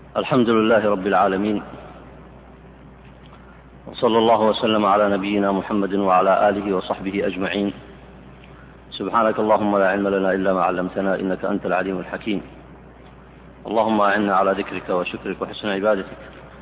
الحمد لله رب العالمين، وصلى الله وسلم على نبينا محمد وعلى آله وصحبه أجمعين. سبحانك اللهم لا علم لنا إلا ما علمتنا إنك أنت العليم الحكيم. اللهم أعنا على ذكرك وشكرك وحسن عبادتك.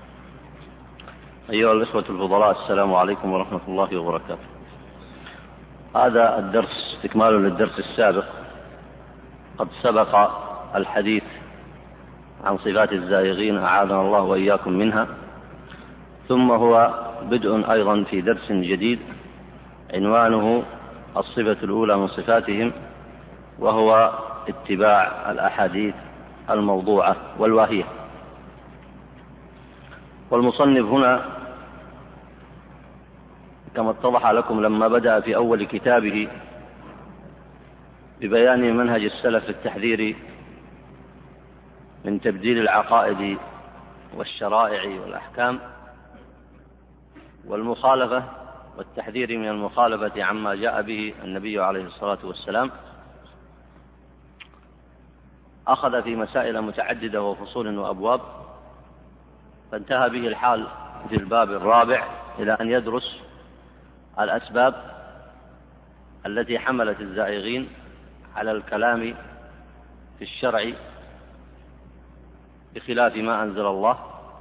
أيها الإخوة الفضلاء، السلام عليكم ورحمة الله وبركاته. هذا الدرس استكمال للدرس السابق. قد سبق الحديث عن صفات الزائغين أعاذنا الله وإياكم منها، ثم هو بدء أيضا في درس جديد عنوانه الصفة الأولى من صفاتهم، وهو اتباع الأحاديث الموضوعة والواهية. والمصنف هنا كما اتضح لكم لما بدأ في أول كتابه ببيان منهج السلف في التحذير من تبديل العقائد والشرائع والأحكام والمخالفة والتحذير من المخالفة عما جاء به النبي عليه الصلاة والسلام، أخذ في مسائل متعددة وفصول وأبواب، فانتهى به الحال في الباب الرابع إلى أن يدرس الأسباب التي حملت الزائغين على الكلام في الشرع بخلاف ما أنزل الله.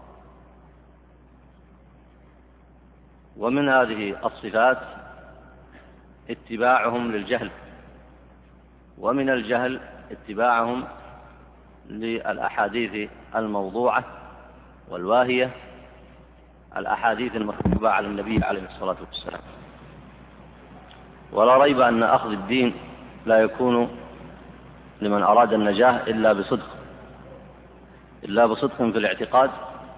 ومن هذه الصفات اتباعهم للجهل، ومن الجهل اتباعهم للأحاديث الموضوعة والواهية، الأحاديث المكتوبة على النبي عليه الصلاة والسلام. ولا ريب أن أخذ الدين لا يكون لمن أراد النجاة إلا بصدق في الاعتقاد،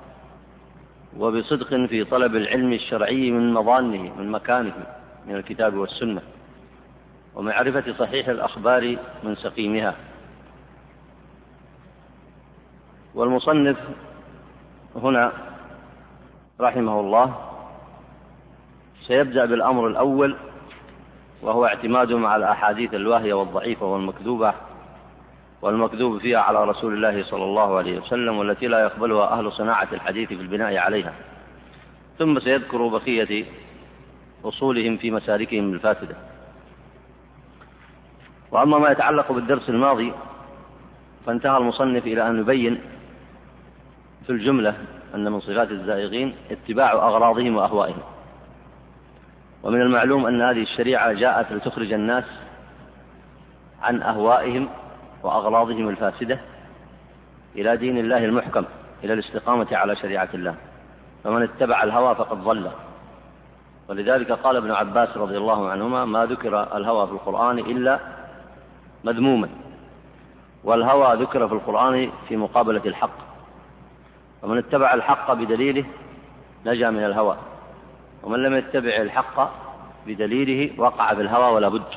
وبصدق في طلب العلم الشرعي من مظانه من مكانه من الكتاب والسنة، ومعرفة صحيح الأخبار من سقيمها. والمصنف هنا رحمه الله سيبدأ بالأمر الأول، وهو اعتمادهم على الأحاديث الواهية والضعيفة والمكذوب فيها على رسول الله صلى الله عليه وسلم، والتي لا يقبلها أهل صناعة الحديث في البناء عليها. ثم سيذكر بقية أصولهم في مسالكهم الفاسدة. وأما ما يتعلق بالدرس الماضي فانتهى المصنف إلى أن يبين في الجملة أن من صفات الزائغين اتباع أغراضهم وأهوائهم. ومن المعلوم أن هذه الشريعة جاءت لتخرج الناس عن أهوائهم وأغراضهم الفاسدة إلى دين الله المحكم، إلى الاستقامة على شريعة الله. فمن اتبع الهوى فقد ضل. ولذلك قال ابن عباس رضي الله عنهما: ما ذكر الهوى في القرآن إلا مذموما، والهوى ذكر في القرآن في مقابلة الحق. ومن اتبع الحق بدليله نجا من الهوى، ومن لم يتبع الحق بدليله وقع في الهوى ولا بد.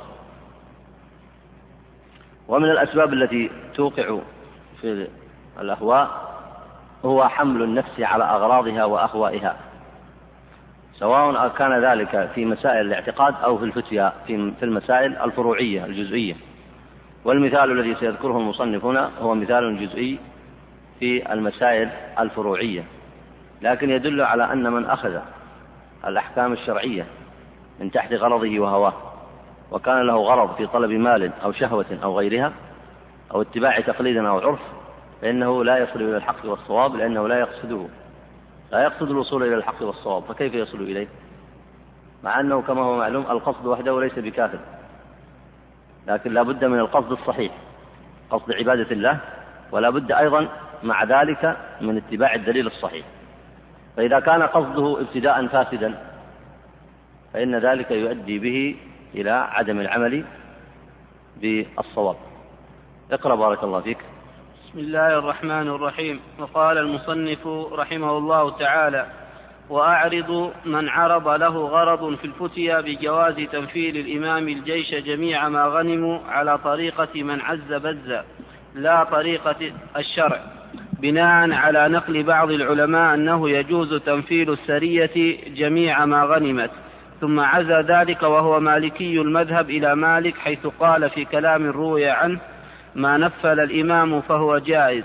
ومن الأسباب التي توقع في الأهواء هو حمل النفس على أغراضها وأهوائها، سواء كان ذلك في مسائل الاعتقاد أو في الفتيا في المسائل الفروعية الجزئية. والمثال الذي سيذكره المصنف هنا هو مثال جزئي في المسائل الفروعية، لكن يدل على أن من أخذ الأحكام الشرعية من تحت غرضه وهواه، وكان له غرض في طلب مال أو شهوة أو غيرها أو اتباع تقليد أو عرف، فإنه لا يصل إلى الحق والصواب، لأنه لا يقصد الوصول إلى الحق والصواب، فكيف يصل إليه؟ مع أنه كما هو معلوم القصد وحده ليس بكافٍ، لكن لا بد من القصد الصحيح، قصد عبادة الله، ولا بد أيضا مع ذلك من اتباع الدليل الصحيح. فإذا كان قصده ابتداء فاسدا فإن ذلك يؤدي به إلى عدم العمل بالصواب. اقرأ بارك الله فيك. بسم الله الرحمن الرحيم. وقال المصنف رحمه الله تعالى: وأعرض من عرض له غرض في الفتيا بجواز تنفيذ الإمام الجيش جميع ما غنموا على طريقة من عز بز لا طريقة الشرع، بناء على نقل بعض العلماء أنه يجوز تنفيذ السرية جميع ما غنمت، ثم عزى ذلك وهو مالكي المذهب إلى مالك، حيث قال في كلام روي عنه: ما نفل الإمام فهو جائز،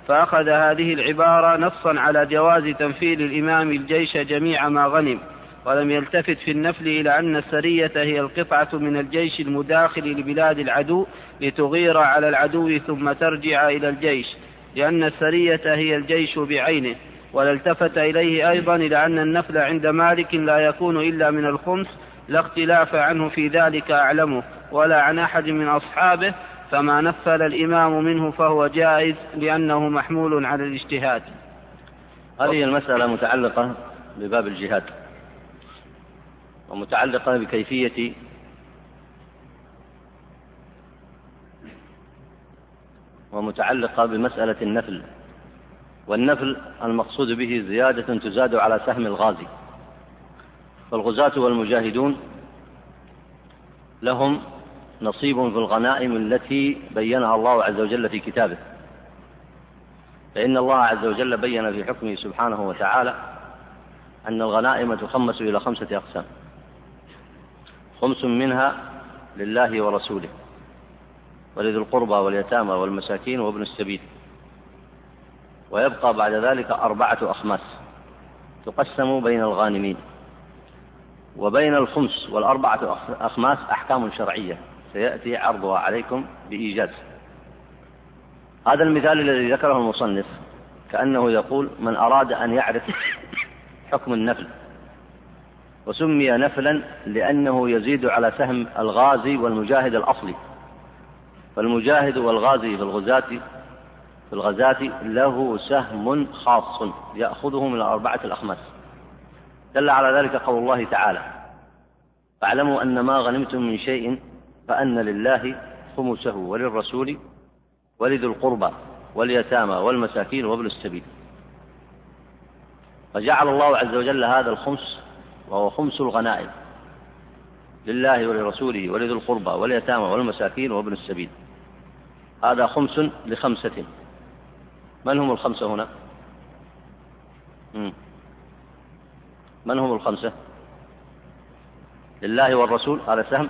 فأخذ هذه العبارة نصا على جواز تنفيل الإمام الجيش جميع ما غنم، ولم يلتفت في النفل إلى أن السرية هي القطعة من الجيش المداخل لبلاد العدو لتغير على العدو ثم ترجع إلى الجيش، لأن السرية هي الجيش بعينه. ولا التفت إليه أيضا إلى أن النفل عند مالك لا يكون إلا من الخمس، لا اختلاف عنه في ذلك أعلمه ولا عن أحد من أصحابه، فما نفل الإمام منه فهو جائز لأنه محمول على الاجتهاد. هذه المسألة متعلقة بباب الجهاد، ومتعلقة بكيفية ومتعلقة بمسألة النفل. والنفل المقصود به زيادة تزاد على سهم الغازي، فالغزاة والمجاهدون لهم نصيب في الغنائم التي بينها الله عز وجل في كتابه، فإن الله عز وجل بين في حكمه سبحانه وتعالى أن الغنائم تخمس إلى 5 أقسام: 5 منها لله ورسوله ولذي القربى واليتامى والمساكين وابن السبيل، ويبقى بعد ذلك 4 أخماس تقسم بين الغانمين. وبين الخمس وال4 أخماس أحكام شرعية سيأتي عرضها عليكم بإيجاز. هذا المثال الذي ذكره المصنف كأنه يقول: من أراد أن يعرف حكم النفل، وسمي نفلا لأنه يزيد على سهم الغازي والمجاهد الأصلي، فالمجاهد والغازي في الغزاة له سهم خاص يأخذه من 4 الأخماس. دل على ذلك قول الله تعالى: فاعلموا أن ما غنمتم من شيء فأن لله خمسه وللرسول ولذي القربى واليتامى والمساكين وابن السبيل. فجعل الله عز وجل هذا الخمس وهو خمس الغنائم لله ولرسوله ولذي القربى واليتامى والمساكين وابن السبيل. هذا 5 ل5. من هم ال5 هنا؟ من هم ال5؟ لله والرسول هذا سهم،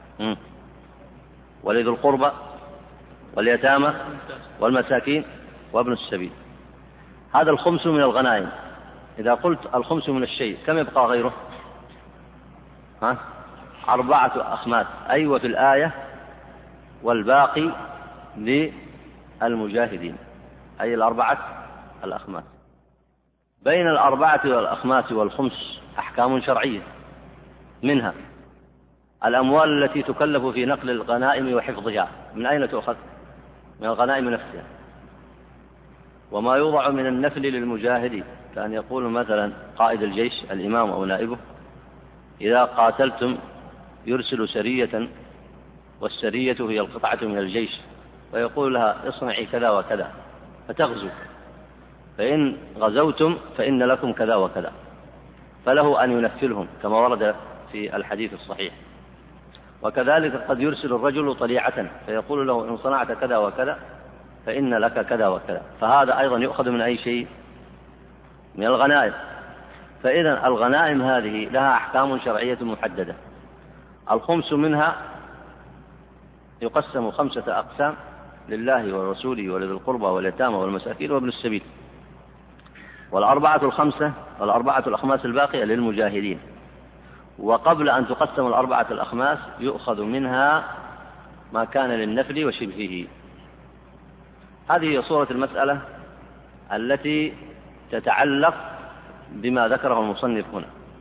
ولذي القربى واليتامى والمساكين وابن السبيل. هذا ال5 من الغنائم. إذا قلت ال5 من الشيء كم يبقى غيره؟ 4 أخماس، أيوة في الآية: والباقي للمجاهدين، أي 4 الأخماس. بين 4 الأخماس والخمس أحكام شرعية، منها الأموال التي تكلف في نقل الغنائم وحفظها. من أين تؤخذ؟ من الغنائم نفسها. وما يوضع من النفل للمجاهدين، كأن يقول مثلا قائد الجيش الإمام أو نائبه: إذا قاتلتم يرسل سرية، والسرية هي القطعة من الجيش، ويقول لها: اصنعي كذا وكذا، فتغزو، فإن غزوتم فإن لكم كذا وكذا، فله أن ينفلهم كما ورد في الحديث الصحيح. وكذلك قد يرسل الرجل طليعة فيقول له: إن صنعت كذا وكذا فإن لك كذا وكذا، فهذا أيضا يؤخذ من أي شيء؟ من الغنائم. فإذا الغنائم هذه لها أحكام شرعية محددة. الخمس منها يقسم 5 أقسام: لله ورسوله ولذي القربى واليتامى والمساكين وابن السبيل. والأربعة الأخماس الباقية للمجاهدين. وقبل أن تقسم 4 الأخماس يؤخذ منها ما كان للنفل وشبهه. هذه هي صورة المسألة التي تتعلق بما ذكره المصنف هنا.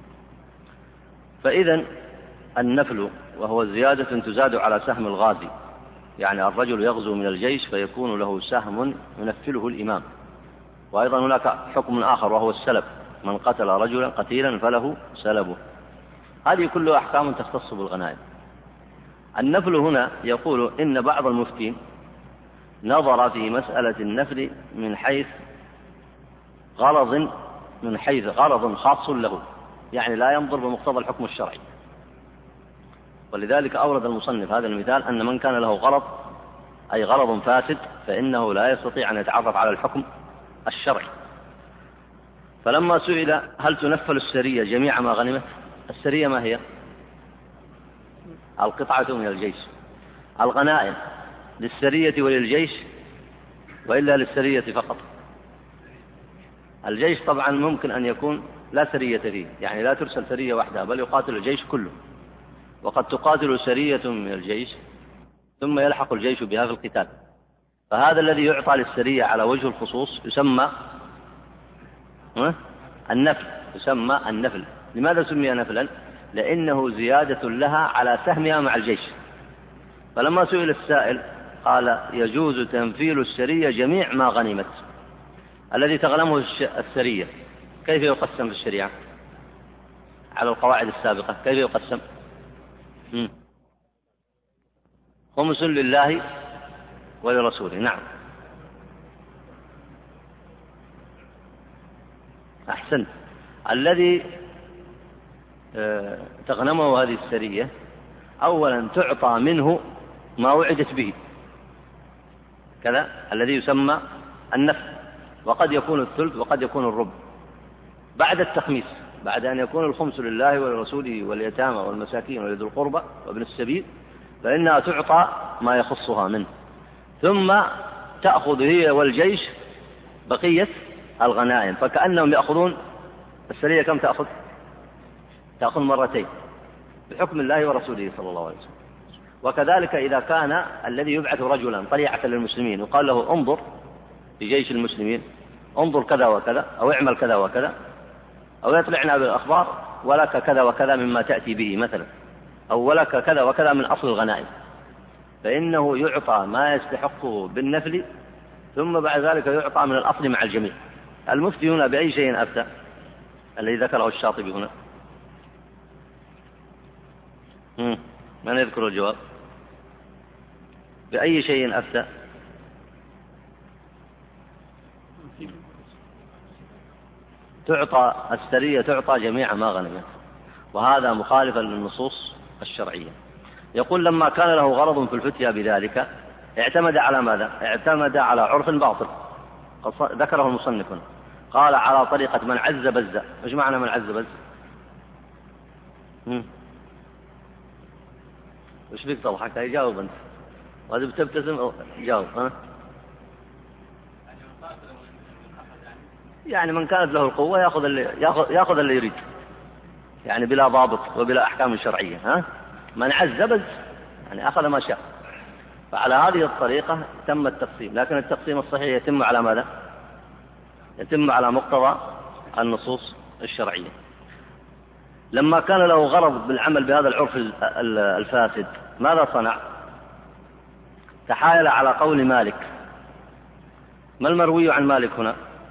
فإذا النفل وهو زيادة تزاد على سهم الغازي، يعني الرجل يغزو من الجيش فيكون له سهم ينفله الإمام. وأيضا هناك حكم آخر وهو السلب: من قتل رجلا قتيلا فله سلبه. هذه كلها أحكام تختص بالغنائم. النفل هنا يقول إن بعض المفتين نظر في مسألة النفل من حيث غرض خاص له، يعني لا ينظر بمقتضى الحكم الشرعي. ولذلك أورد المصنف هذا المثال: أن من كان له غرض، أي غرض فاسد، فإنه لا يستطيع أن يتعرف على الحكم الشرعي. فلما سئل: هل تنفل السرية جميع ما غنمت؟ السرية ما هي؟ القطعة من الجيش. الغنائم للسرية وللجيش وإلا للسرية فقط؟ الجيش طبعا ممكن أن يكون لا سرية فيه، يعني لا ترسل سرية وحدها، بل يقاتل الجيش كله، وقد تقاتل سرية من الجيش ثم يلحق الجيش بها في القتال. فهذا الذي يعطى للسرية على وجه الخصوص يسمى النفل، يسمى النفل. لماذا سمي نفلا؟ لأنه زيادة لها على سهمها مع الجيش. فلما سئل السائل قال يجوز تنفيل السرية جميع ما غنمت. الذي تغنمه السرية كيف يقسم في الشريعة على القواعد السابقة؟ كيف يقسم؟ خمس لله ولرسوله. نعم، أحسنت. الذي تغنمه هذه السرية أولا تعطى منه ما وعدت به، كذا الذي يسمى النفل، وقد يكون الثلث وقد يكون الربع بعد التخميس، بعد أن يكون الخمس لله ولرسوله واليتامى والمساكين ولذي القربى وابن السبيل، فإنها تعطى ما يخصها منه، ثم تأخذ هي والجيش بقية الغنائم. فكأنهم يأخذون السرية كم تأخذ؟ تأخذ مرتين بحكم الله ورسوله صلى الله عليه وسلم. وكذلك إذا كان الذي يبعث رجلا طليعة للمسلمين وقال له انظر لجيش المسلمين، انظر كذا وكذا، أو اعمل كذا وكذا، أو يطلعنا بالأخبار ولك كذا وكذا مما تأتي به مثلا، أو ولك كذا وكذا من أصل الغنائم، فإنه يعطى ما يستحقه بالنفل، ثم بعد ذلك يعطى من الأصل مع الجميع. المفتي هنا بأي شيء أفتى الذي ذكره الشاطبي هنا؟ من يذكر الجواب؟ بأي شيء أفتى؟ تعطى السرية، تعطى جميع ما غنمت، وهذا مخالفا للنصوص الشرعية. يقول لما كان له غرض في الفتيا بذلك اعتمد على ماذا؟ اعتمد على عرف باطل ذكره المصنف، قال على طريقة من عز بز. ايش معنى من عز بز؟ وش بيك تضحك؟ جاوب انت، وهذا بتبتسم جاوب. يعني من كانت له القوة يأخذ اللي يريد، يعني بلا ضابط وبلا أحكام شرعية. من عز بز يعني أخذ ما شاء. فعلى هذه الطريقة تم التقسيم، لكن التقسيم الصحيح يتم على ماذا؟ يتم على مقتضى النصوص الشرعية. لما كان له غرض بالعمل بهذا العرف الفاسد ماذا صنع؟ تحايل على قول مالك. ما المروي عن مالك هنا؟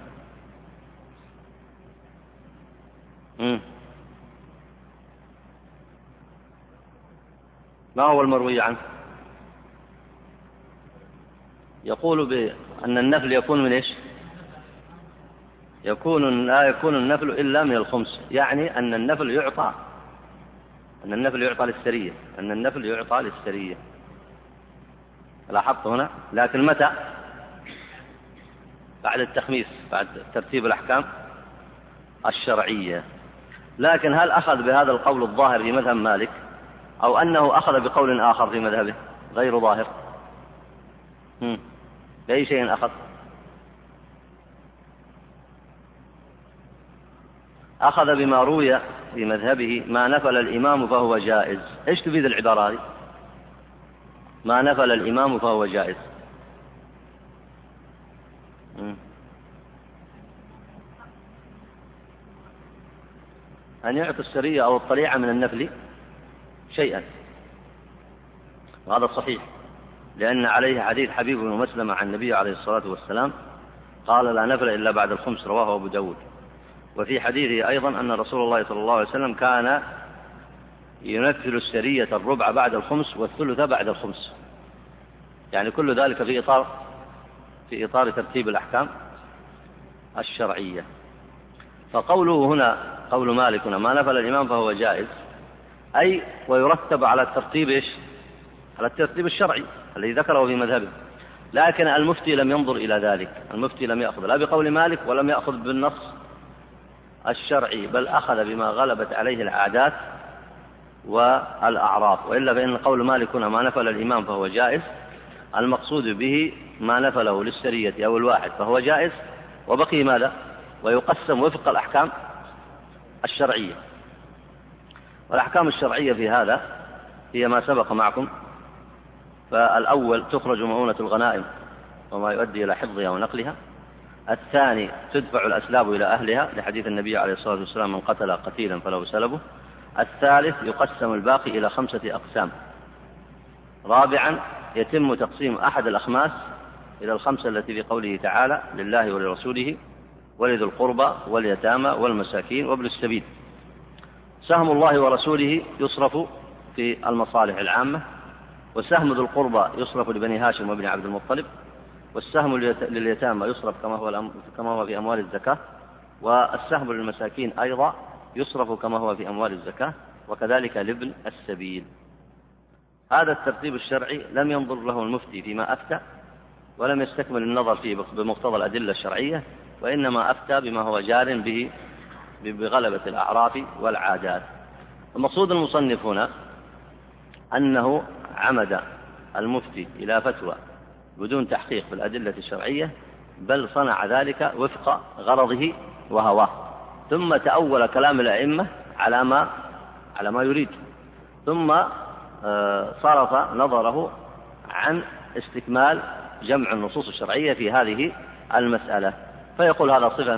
ما هو المروي عنه؟ يقول بأن النفل يكون من إيش؟ لا يكون النفل إلا من الخمس، يعني أن النفل يعطى للسرية، أن النفل يعطى للسرية. لاحظت هنا؟ لكن متى؟ بعد التخميس، بعد ترتيب الأحكام الشرعية. لكن هل أخذ بهذا القول الظاهر في مذهب مالك، أو أنه أخذ بقول آخر في مذهبه غير ظاهر؟ بأي شيء أخذ؟ أخذ بما روي في مذهبه ما نفل الإمام فهو جائز. إيش تفيد العبارة هذه؟ ما نفل الإمام فهو جائز. أن يعطي السرية أو الطليعة من النفل شيئا، وهذا صحيح، لأن عليه حديث حبيب بن مسلمة عن النبي عليه الصلاة والسلام قال لا نفل إلا بعد الخمس، رواه أبو داود. وفي حديثه أيضا أن رسول الله صلى الله عليه وسلم كان ينفل السرية الربع بعد الخمس والثلث بعد الخمس، يعني كل ذلك في إطار ترتيب الأحكام الشرعية. فقوله هنا، قول مالك هنا ما نفل الإمام فهو جائز، أي ويرتب على الترتيب إيش؟ على الترتيب الشرعي الذي ذكره في مذهبه. لكن المفتي لم ينظر إلى ذلك، المفتي لم يأخذ لا بقول مالك ولم يأخذ بالنص الشرعي، بل أخذ بما غلبت عليه العادات والأعراف. وإلا فإن قول مالك هنا ما نفل الإمام فهو جائز المقصود به ما نفله للسرية أو الواحد فهو جائز، وبقي ماذا؟ ويقسم وفق الأحكام الشرعية. والأحكام الشرعية في هذا هي ما سبق معكم. فالأول تخرج مؤونة الغنائم وما يؤدي إلى حفظها ونقلها. الثاني تدفع الأسلاب إلى أهلها لحديث النبي عليه الصلاة والسلام من قتل قتيلا فله سلبه. الثالث يقسم الباقي إلى 5 أقسام. رابعا يتم تقسيم أحد الأخماس إلى 5 التي في قوله تعالى لله ولرسوله ولذي القربى واليتامى والمساكين وابن السبيل. سهم الله ورسوله يصرف في المصالح العامة، وسهم ذي القربى يصرف لبني هاشم وابن عبد المطلب، والسهم لليتامى يصرف كما هو في أموال الزكاة، والسهم للمساكين أيضا يصرف كما هو في أموال الزكاة، وكذلك لابن السبيل. هذا الترتيب الشرعي لم ينظر له المفتي فيما أفتى، ولم يستكمل النظر فيه بمقتضى الأدلة الشرعية، وإنما أفتى بما هو جار به بغلبة الأعراف والعادات. المقصود المصنف هنا أنه عمد المفتي إلى فتوى بدون تحقيق في الأدلة الشرعية، بل صنع ذلك وفق غرضه وهواه، ثم تأول كلام الأئمة على ما يريد، ثم صرف نظره عن استكمال جمع النصوص الشرعية في هذه المسألة، فيقول هذا صفة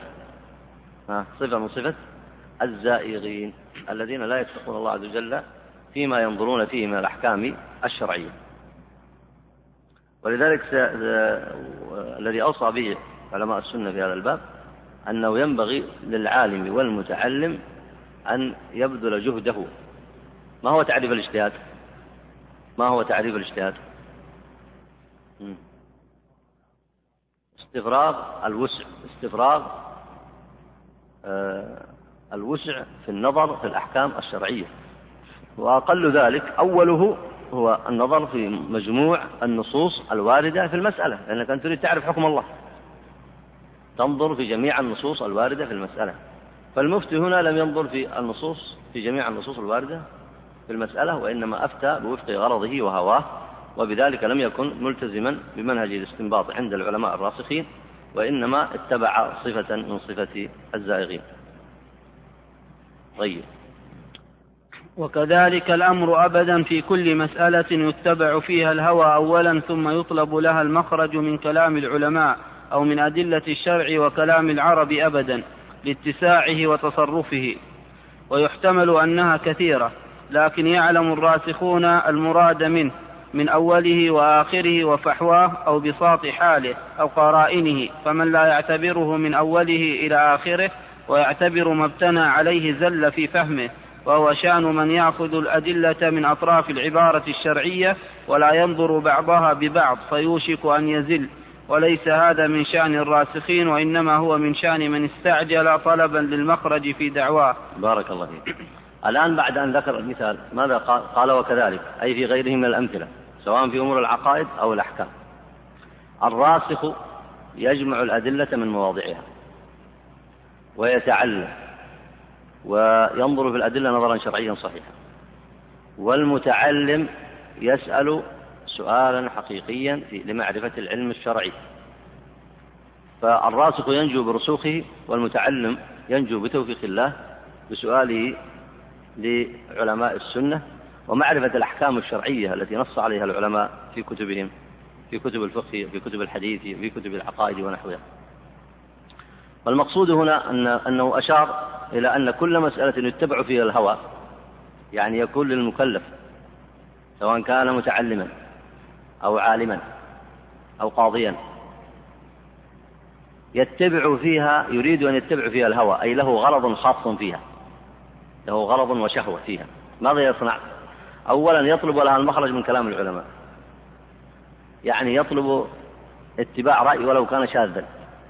من صفة الزائغين الذين لا يتقون الله عز وجل فيما ينظرون فيه من الأحكام الشرعية. ولذلك الذي أوصى به علماء السنة في هذا الباب أنه ينبغي للعالم والمتعلم أن يبذل جهده. ما هو تعريف الاجتهاد؟ استفراغ الوسع في النظر في الأحكام الشرعية، وأقل ذلك أوله هو النظر في مجموع النصوص الواردة في المسألة، لأنك أنت تريد تعرف حكم الله، تنظر في جميع النصوص الواردة في المسألة. فالمفتي هنا لم ينظر في جميع النصوص الواردة في المسألة، وإنما أفتى بوفق غرضه وهواه، وبذلك لم يكن ملتزما بمنهج الاستنباط عند العلماء الراسخين، وإنما اتبع صفة من صفة الزائغين. طيب. وكذلك الأمر أبدا في كل مسألة يتبع فيها الهوى أولا، ثم يطلب لها المخرج من كلام العلماء أو من أدلة الشرع وكلام العرب أبدا لاتساعه وتصرفه. ويحتمل أنها كثيرة، لكن يعلم الراسخون المراد منه من أوله وآخره وفحواه أو بساط حاله أو قرائنه، فمن لا يعتبره من أوله إلى آخره ويعتبر ما ابتنى عليه زل في فهمه، وهو شأن من يأخذ الأدلة من أطراف العبارة الشرعية ولا ينظر بعضها ببعض فيوشك أن يزل، وليس هذا من شأن الراسخين، وإنما هو من شأن من استعجل طلبا للمخرج في دعواه. بارك الله فيك. الآن بعد أن ذكر المثال ماذا قال؟ وكذلك أي في غيره من الأمثلة سواء في أمور العقائد أو الأحكام. الراسخ يجمع الأدلة من مواضعها ويتعلم وينظر في الأدلة نظرا شرعيا صحيحا، والمتعلم يسأل سؤالا حقيقيا لمعرفة العلم الشرعي. فالراسخ ينجو برسوخه، والمتعلم ينجو بتوفيق الله بسؤاله لعلماء السنة ومعرفة الأحكام الشرعية التي نص عليها العلماء في كتبهم، في كتب الفقه، في كتب الحديث، في كتب العقائد ونحوها. والمقصود هنا أنه أشار إلى أن كل مسألة يتبع فيها الهوى، يعني يكون للمكلف سواء كان متعلما أو عالما أو قاضيا يتبع فيها، يريد أن يتبع فيها الهوى، أي له غرض خاص فيها، له غرض وشهوة فيها. ماذا يصنع؟ أولا يطلب لها المخرج من كلام العلماء، يعني يطلب اتباع رأي ولو كان شاذا،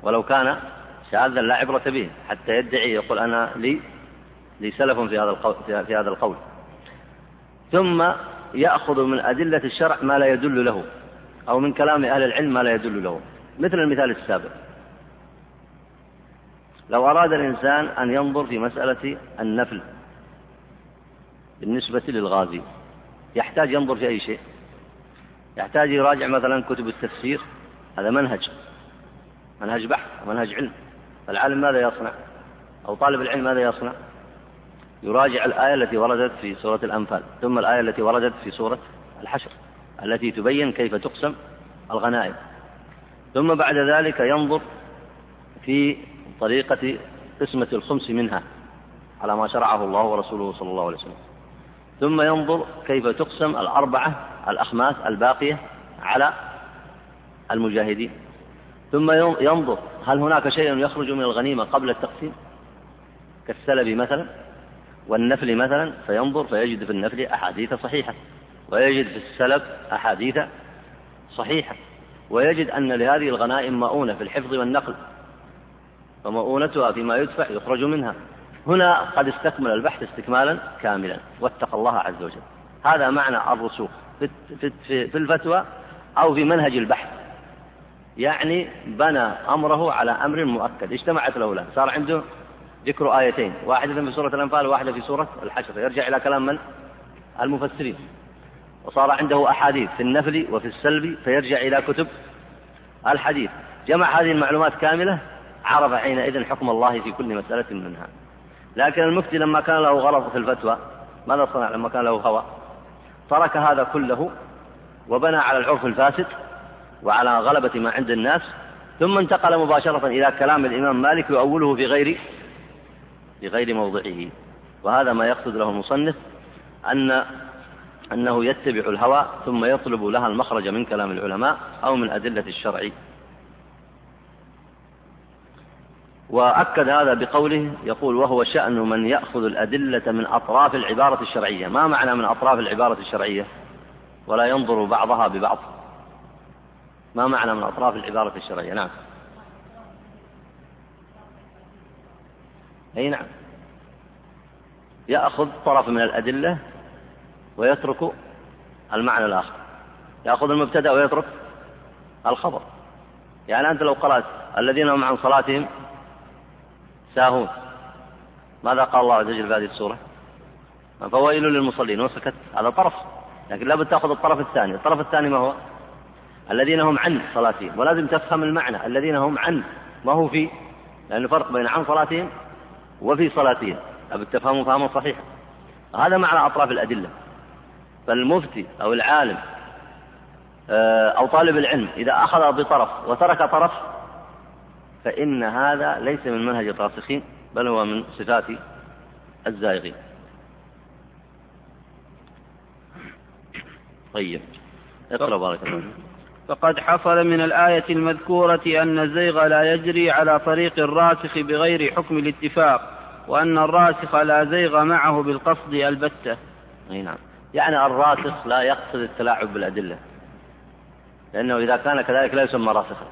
لا عبرة به، حتى يدعي يقول أنا لي سلف في هذا القول. ثم يأخذ من أدلة الشرع ما لا يدل له، أو من كلام أهل العلم ما لا يدل له، مثل المثال السابق. لو أراد الإنسان أن ينظر في مسألة النفل بالنسبة للغازي، يحتاج ينظر في أي شيء؟ يحتاج يراجع مثلا كتب التفسير، هذا منهج بحث ومنهج علم. العالم ماذا يصنع؟ أو طالب العلم ماذا يصنع؟ يراجع الآية التي وردت في سورة الأنفال، ثم الآية التي وردت في سورة الحشر التي تبين كيف تقسم الغنائم، ثم بعد ذلك ينظر في طريقة قسمة الخمس منها على ما شرعه الله ورسوله صلى الله عليه وسلم، ثم ينظر كيف تقسم الأربعة الأخماس الباقية على المجاهدين، ثم ينظر هل هناك شيء يخرج من الغنيمة قبل التقسيم كالسلب مثلا والنفل مثلا، فينظر فيجد في النفل أحاديث صحيحة، ويجد في السلب أحاديث صحيحة، ويجد أن لهذه الغنائم مؤونة في الحفظ والنقل، فمؤونتها فيما يدفع يخرج منها. هنا قد استكمل البحث استكمالا كاملا واتقى الله عز وجل. هذا معنى الرسوخ في الفتوى أو في منهج البحث، يعني بنى أمره على أمر مؤكد اجتمعت له له، صار عنده ذكر آيتين، واحدة في سورة الأنفال وواحدة في سورة الحشر، يرجع إلى كلام من؟ المفسرين. وصار عنده أحاديث في النفل وفي السلب، فيرجع إلى كتب الحديث. جمع هذه المعلومات كاملة، عرف حينئذ حكم الله في كل مسألة منها. لكن المفتي لما كان له غلط في الفتوى ماذا صنع؟ لما كان له هوى ترك هذا كله وبنى على العرف الفاسد وعلى غلبة ما عند الناس، ثم انتقل مباشرة إلى كلام الإمام مالك يؤوله في غير موضعه. وهذا ما يقصد له المصنف، أنه يتبع الهوى ثم يطلب لها المخرج من كلام العلماء أو من أدلة الشرع. وأكد هذا بقوله يقول: وهو شأن من يأخذ الأدلة من أطراف العبارة الشرعية. ما معنى من أطراف العبارة الشرعية؟ ولا ينظر بعضها ببعض. ما معنى من أطراف العبارة الشرعية؟ نعم، أي نعم، يأخذ طرف من الأدلة ويترك المعنى الآخر، يأخذ المبتدأ ويترك الخبر. يعني أنت لو قرأت الذين هم عن صلاتهم ساهون، ماذا قال الله عز وجل في هذه السورة؟ فويل للمصلين، وسكت، هذا طرف، لكن لابد تأخذ الطرف الثاني. الطرف الثاني ما هو؟ الذين هم عن صلاتهم، ولازم تفهم المعنى الذين هم عن، ما هو في، لأنه فرق بين عن صلاتهم وفي صلاتهم، لابد تفهموا فهما صحيحا. هذا معنى أطراف الأدلة. فالمفتي أو العالم أو طالب العلم إذا أخذ بطرف وترك طرف فإن هذا ليس من منهج الراسخين، بل هو من صفات الزائغين. طيب، اقرأ بارك الله. فقد حصل من الآية المذكورة أن الزيغ لا يجري على طريق الراسخ بغير حكم الاتفاق، وأن الراسخ لا زيغ معه بالقصد البتة. أي نعم، يعني الراسخ لا يقصد التلاعب بالأدلة، لأنه إذا كان كذلك لا يسمى راسخا.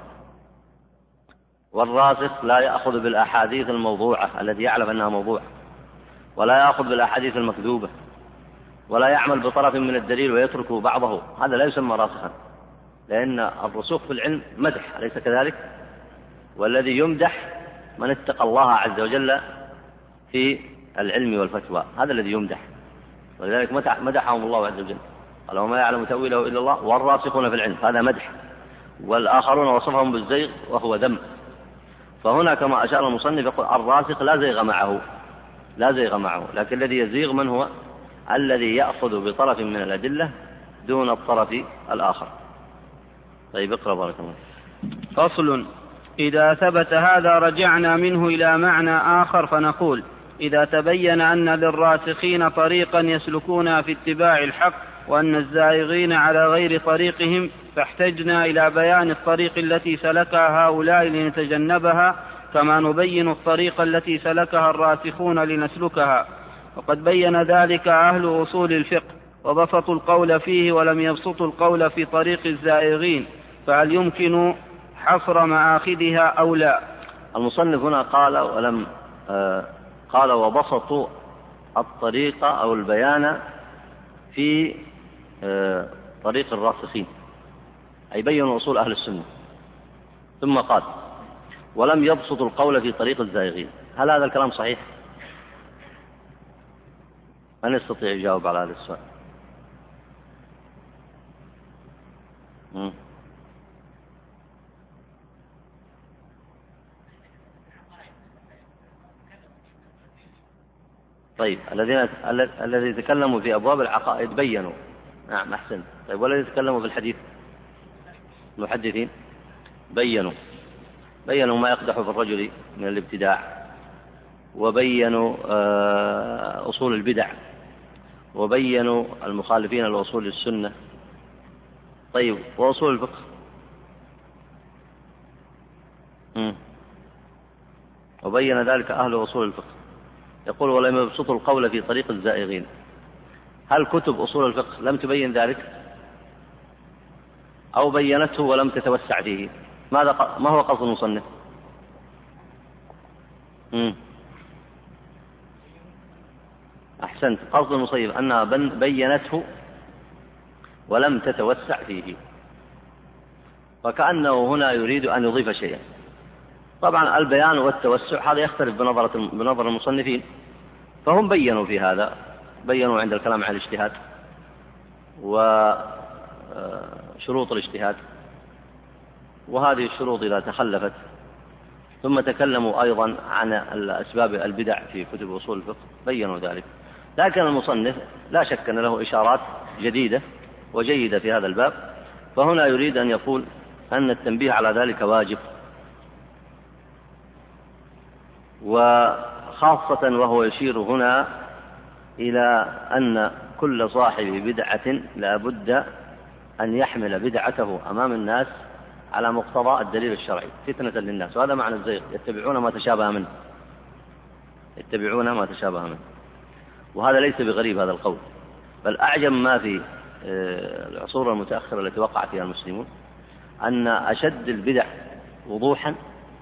والراسخ لا يأخذ بالأحاديث الموضوعة التي يعلم أنها موضوعة، ولا يأخذ بالأحاديث المكذوبة، ولا يعمل بطرف من الدليل ويترك بعضه، هذا لا يسمى راسخا، لأن الرسوخ في العلم مدح، أليس كذلك؟ والذي يمدح من اتقى الله عز وجل في العلم والفتوى، هذا الذي يمدح. ولذلك مدحهم الله عز وجل، قال: وما يعلم تأويله إلا الله والراسخون في العلم، هذا مدح. والآخرون وصفهم بالزيغ وهو ذم. فهنا كما أشار المصنف يقول: الراسخ لا زيغ معه، لكن الذي يزيغ من هو؟ الذي يأخذ بطرف من الأدلة دون الطرف الآخر. طيب، اقرأ بارك الله. فصل: إذا ثبت هذا رجعنا منه إلى معنى آخر فنقول: إذا تبين أن للراسخين طريقا يسلكون في اتباع الحق وأن الزائغين على غير طريقهم، فاحتجنا إلى بيان الطريق التي سلكها هؤلاء لنتجنبها، كما نبين الطريق التي سلكها الراسخون لنسلكها. وقد بين ذلك أهل أصول الفقه وبسطوا القول فيه ولم يبسطوا القول في طريق الزائغين، فهل يمكن حصر مآخذها أو لا؟ المصنف هنا قال وبسطوا الطريق أو البيان في طريق الراسخين، أي بينوا أصول أهل السنة، ثم قال ولم يبسطوا القول في طريق الزائغين. هل هذا الكلام صحيح؟ من يستطيع يجاوب على هذا السؤال؟ طيب الذي تكلموا في أبواب العقائد بينوا. نعم أحسن. طيب والذي تكلموا في الحديث المحدثين بينوا ما يقدح في الرجل من الابتداع، وبينوا أصول البدع، وبينوا المخالفين لأصول السنة. طيب وأصول الفقه؟ وبين ذلك أهل أصول الفقه. يقول ولم يبسطوا القول في طريق الزائغين. هل كتب أصول الفقه لم تبين ذلك أو بينته ولم تتوسع فيه؟ ما هو قصد المصنف؟ أحسنت. قصد المصنف أنها بينته ولم تتوسع فيه، وكأنه هنا يريد أن يضيف شيئا. طبعا البيان والتوسع هذا يختلف بنظر المصنفين، فهم بينوا في هذا، بينوا عند الكلام عن الاجتهاد وشروط الاجتهاد، وهذه الشروط إذا تخلفت. ثم تكلموا أيضا عن أسباب البدع في كتب أصول الفقه، بينوا ذلك. لكن المصنف لا شك أن له إشارات جديدة وجيدة في هذا الباب، فهنا يريد أن يقول أن التنبيه على ذلك واجب، وخاصة وهو يشير هنا إلى أن كل صاحب بدعة لا بد أن يحمل بدعته أمام الناس على مقتضى الدليل الشرعي فتنة للناس. وهذا معنى الزيغ، يتبعون ما تشابه منه. وهذا ليس بغريب هذا القول، بل أعجم ما في العصور المتأخرة التي وقع فيها المسلمون أن أشد البدع وضوحا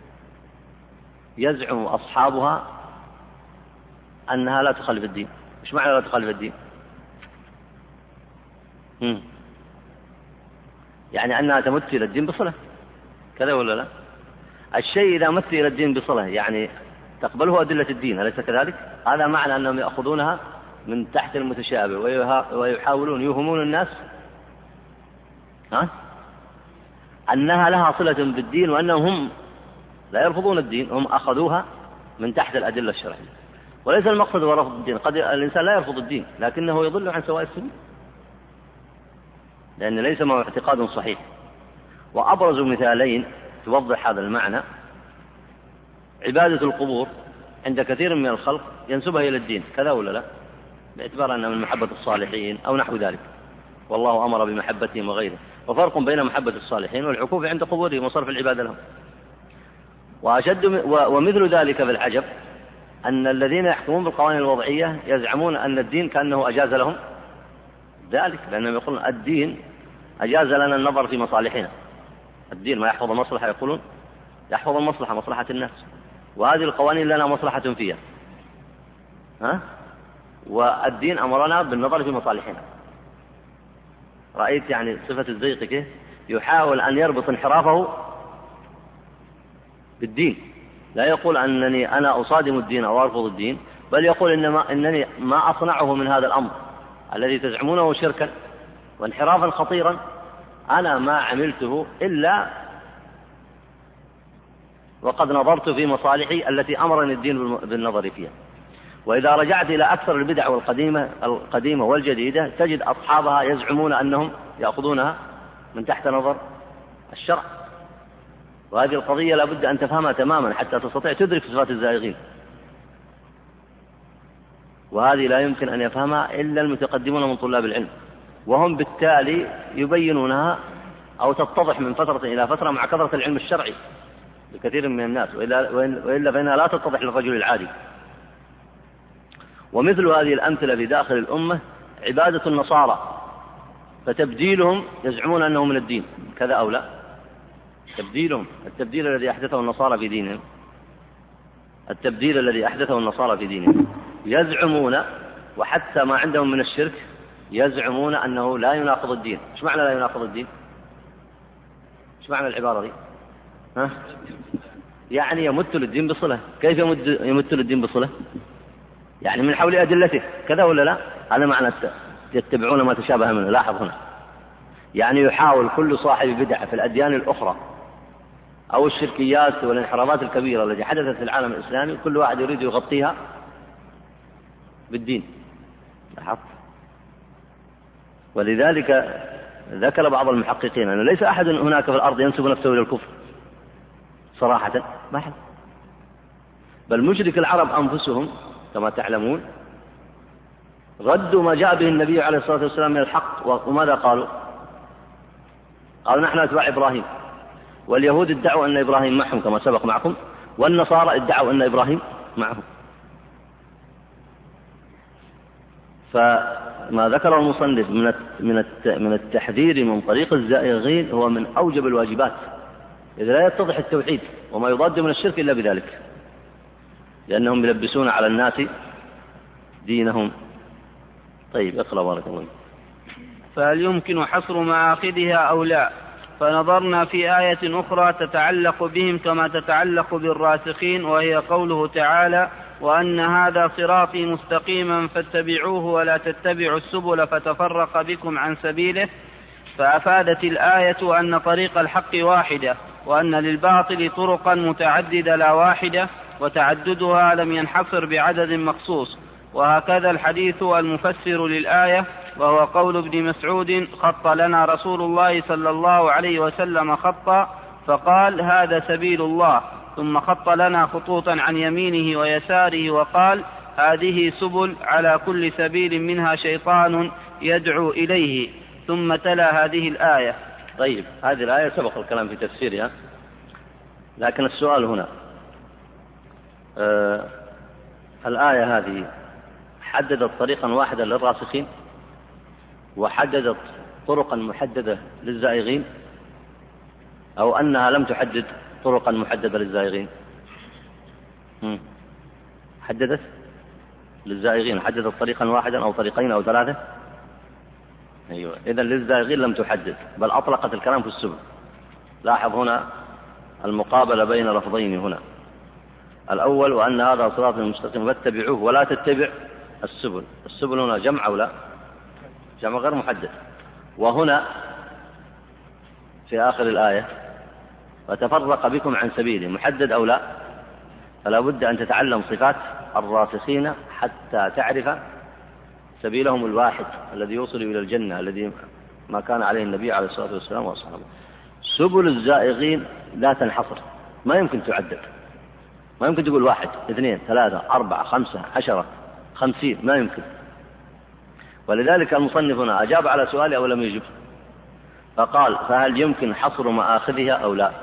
يزعم أصحابها أنها لا تخالف الدين. إيش معنى لا تخالف الدين؟ يعني أنها تمت إلى الدين بصلة، كذا ولا لا؟ الشيء إذا مت إلى الدين بصلة يعني تقبله أدلة الدين، أليس كذلك؟ هذا معنى أنهم يأخذونها من تحت المتشابه ويحاولون يوهمون الناس أنها لها صلة بالدين، وأنهم لا يرفضون الدين، هم أخذوها من تحت الأدلة الشرعية. وليس المقصد هو رفض الدين، قد الإنسان لا يرفض الدين لكنه يضل عن سواء السبيل، لأن ليس معه اعتقاد صحيح. وأبرز مثالين توضح هذا المعنى عبادة القبور عند كثير من الخلق ينسبها إلى الدين، كذا ولا لا؟ باعتبار أنها من محبة الصالحين أو نحو ذلك، والله أمر بمحبتهم وغيره. وفرق بين محبة الصالحين والعكوف عند قبورهم وصرف العبادة لهم. ومثل ذلك في العجب أن الذين يحكمون بالقوانين الوضعية يزعمون أن الدين كأنه أجاز لهم ذلك، لأنهم يقولون الدين أجاز لنا النظر في مصالحنا. الدين ما يحفظ المصلحة، يقولون يحفظ المصلحة، مصلحة الناس، وهذه القوانين لنا مصلحة فيها، والدين أمرنا بالنظر في مصالحنا. رأيت يعني صفة الزيغ كيف يحاول أن يربط انحرافه بالدين. لا يقول أنني أنا أصادم الدين أو أرفض الدين، بل يقول إنني ما أصنعه من هذا الأمر الذي تزعمونه شركا وانحرافا خطيرا، أنا ما عملته إلا وقد نظرت في مصالحي التي أمرني الدين بالنظر فيها. وإذا رجعت إلى أكثر البدع القديمة والجديدة تجد أصحابها يزعمون أنهم يأخذونها من تحت نظر الشرع. وهذه القضية لا بد أن تفهمها تماما حتى تستطيع تدرك صفات الزائغين، وهذه لا يمكن أن يفهمها إلا المتقدمون من طلاب العلم، وهم بالتالي يبينونها أو تتضح من فترة إلى فترة مع كثرة العلم الشرعي لكثير من الناس، وإلا فإنها لا تتضح للرجل العادي. ومثل هذه الأمثلة في داخل الأمة عبادة النصارى، فتبديلهم يزعمون أنه من الدين، كذا أو لا؟ تبديلهم، التبديل الذي أحدثه النصارى في دينهم، يزعمون، وحتى ما عندهم من الشرك يزعمون أنه لا يناقض الدين. إيش معنى لا يناقض الدين؟ إيش معنى العبارة دي؟ يعني يمت للدين بصلة. كيف يمت للدين بصلة؟ يعني من حول أدلته، كذا ولا لا؟ هذا معنى يتبعون ما تشابه منه. لاحظ هنا يعني يحاول كل صاحب بدعة في الأديان الأخرى أو الشركيات والانحرافات الكبيرة التي حدثت في العالم الإسلامي، كل واحد يريد يغطيها بالدين. ولذلك ذكر بعض المحققين أنه ليس أحد هناك في الأرض ينسب نفسه إلى الكفر صراحة، ما حد، بل مشرك العرب أنفسهم كما تعلمون ردوا ما جاء به النبي عليه الصلاة والسلام من الحق، وماذا قالوا؟ قالوا نحن أتباع إبراهيم، واليهود ادعوا أن إبراهيم معهم كما سبق معكم، والنصارى ادعوا أن إبراهيم معهم. فما ذكر المصنف من التحذير من طريق الزائغين هو من أوجب الواجبات، إذا لا يتضح التوحيد وما يضاد من الشرك إلا بذلك، لأنهم يلبسون على الناس دينهم. طيب اقرأ بارك الله. فهل يمكن حصر مآخذها أو لا؟ فنظرنا في آية أخرى تتعلق بهم كما تتعلق بالراسخين، وهي قوله تعالى: وأن هذا صراطي مستقيما فاتبعوه ولا تتبعوا السبل فتفرق بكم عن سبيله. فأفادت الآية أن طريق الحق واحدة، وأن للباطل طرقا متعددة لا واحدة، وتعددها لم ينحصر بعدد مخصوص. وهكذا الحديث المفسر للآية، وهو قول ابن مسعود: خط لنا رسول الله صلى الله عليه وسلم خطا فقال: هذا سبيل الله، ثم خط لنا خطوطا عن يمينه ويساره وقال: هذه سبل، على كل سبيل منها شيطان يدعو إليه، ثم تلا هذه الآية. طيب هذه الآية سبق الكلام في تفسيرها، لكن السؤال هنا الآية هذه حددت طريقا واحدا للراسخين وحددت طرقا محددة للزائغين، أو أنها لم تحدد طرقا محددة للزائغين؟ حددت للزائغين، حددت طريقا واحدا أو طريقين أو ثلاثة. أيوة، إذن للزائغين لم تحدد، بل أطلقت الكلام في السبل. لاحظ هنا المقابلة بين لفظين هنا، الأول وأن هذا صراط المستقيم فاتبعوه ولا تتبع السبل. السبل هنا جمع أو لا؟ جمع غير محدد. وهنا في آخر الآية وتفرق بكم عن سبيله، محدد أو لا؟ فلا بد أن تتعلم صفات الراسخين حتى تعرف سبيلهم الواحد الذي يوصل إلى الجنة، الذي ما كان عليه النبي عليه الصلاة والسلام وأصحابه. سبل الزائغين لا تنحصر، ما يمكن تعدد، ما يمكن تقول 1 2 3 4 5 10 50، ما يمكن. ولذلك المصنف هنا أجاب على سؤالي أو لم يجب، فقال: فهل يمكن حصر مآخذها أو لا؟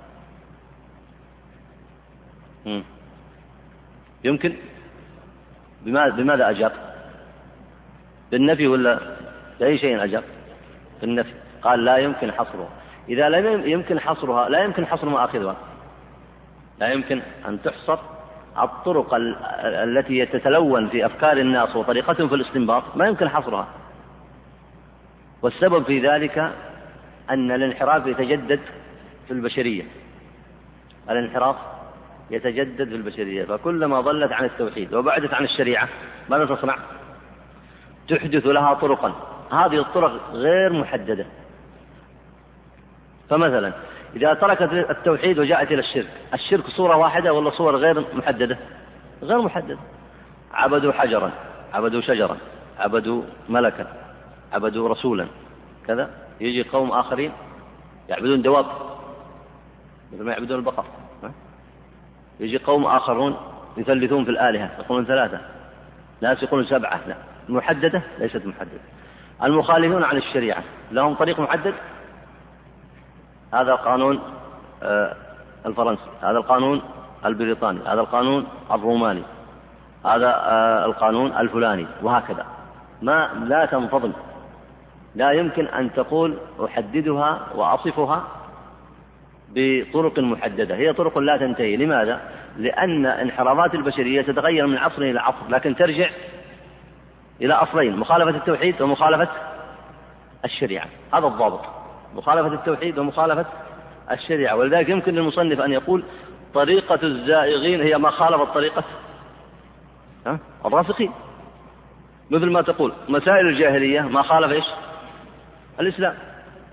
يمكن. بماذا أجاب؟ بالنفي ولا بأي شيء أجاب؟ بالنفي. قال لا يمكن حصرها. إذا لم يمكن حصرها لا يمكن حصر مآخذها، لا يمكن أن تحصر الطرق التي تتلون في أفكار الناس وطريقتهم في الاستنباط، ما يمكن حصرها. والسبب في ذلك أن الانحراف يتجدد في البشرية، الانحراف يتجدد في البشرية، فكلما ضلت عن التوحيد وبعدت عن الشريعة ماذا تصنع؟ تحدث لها طرقا، هذه الطرق غير محددة. فمثلا إذا تركت التوحيد وجاءت إلى الشرك صورة واحدة ولا صور غير محددة؟ غير محددة. عبدوا حجرا، عبدوا شجرا، عبدوا ملكا، عبدوا رسولا، كذا. يجي قوم آخرين يعبدون دواب مثل ما يعبدون البقر، يجي قوم آخرون يثلثون في الآلهة، يقولون 3، ناس يقولون 7. لا، محددة ليست محددة. المخالفون عن الشريعة لهم طريق محدد، هذا القانون الفرنسي، هذا القانون البريطاني، هذا القانون الروماني، هذا القانون الفلاني، وهكذا. لا تنفضل، لا يمكن أن تقول أحددها وأصفها بطرق محددة، هي طرق لا تنتهي. لماذا؟ لأن انحرافات البشرية تتغير من عصر إلى عصر، لكن ترجع إلى أصلين: مخالفة التوحيد ومخالفة الشريعة. هذا الضابط، مخالفة التوحيد ومخالفة الشريعة. ولذلك يمكن للمصنف أن يقول طريقة الزائغين هي ما خالفت طريقة الراسخين، مثل ما تقول مسائل الجاهلية ما خالف إيش؟ الإسلام.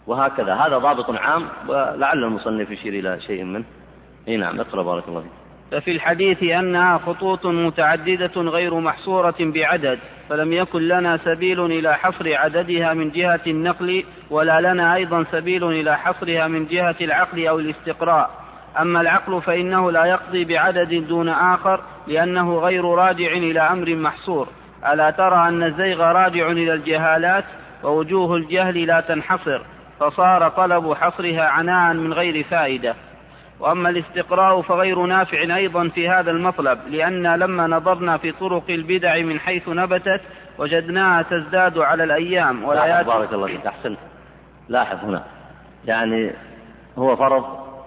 وهكذا. هذا ضابط عام، ولعل المصنف يشير إلى شيء منه. نعم، اقرأ بارك الله فيك. ففي الحديث أنها خطوط متعددة غير محصورة بعدد، فلم يكن لنا سبيل إلى حصر عددها من جهة النقل، ولا لنا أيضا سبيل إلى حصرها من جهة العقل أو الاستقراء. أما العقل فإنه لا يقضي بعدد دون آخر، لأنه غير راجع إلى أمر محصور. ألا ترى أن الزيغ راجع إلى الجهالات، ووجوه الجهل لا تنحصر، فصار طلب حصرها عناء من غير فائدة. وأما الاستقراء فغير نافع أيضا في هذا المطلب، لأن لما نظرنا في طرق البدع من حيث نبتت وجدناها تزداد على الأيام والآيات. بارك الله فيك، أحسنت. لاحظ هنا، يعني هو فرض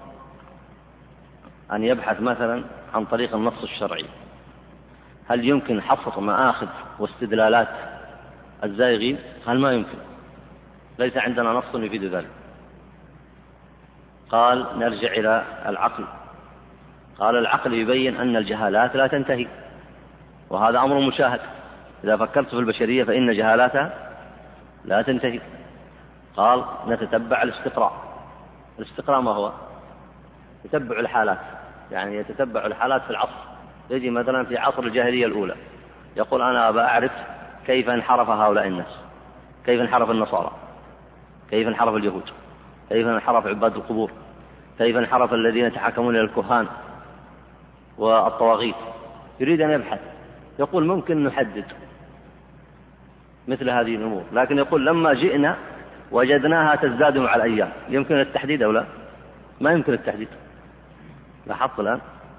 أن يبحث مثلا عن طريق النص الشرعي، هل يمكن حصر مآخذ واستدلالات الزائغين؟ هل ما يمكن؟ ليس عندنا نص يفيد ذلك. قال نرجع إلى العقل. قال العقل يبين أن الجهالات لا تنتهي، وهذا أمر مشاهد. إذا فكرت في البشرية فإن جهالاتها لا تنتهي. قال نتتبع الاستقراء. الاستقراء ما هو؟ يتبع الحالات، يعني يتتبع الحالات في العصر. يجي مثلا في عصر الجاهلية الأولى يقول أنا بأعرف كيف انحرف هؤلاء الناس، كيف انحرف النصارى، كيف انحرف اليهود، كيف انحرف عباد القبور، كيف انحرف الذين يتحكمون إلى الكهان والطواغيت. يريد أن يبحث، يقول ممكن نحدد مثل هذه الأمور، لكن يقول لما جئنا وجدناها تزداد مع الأيام. يمكن التحديد أو لا؟ ما يمكن التحديد. لاحظت الآن؟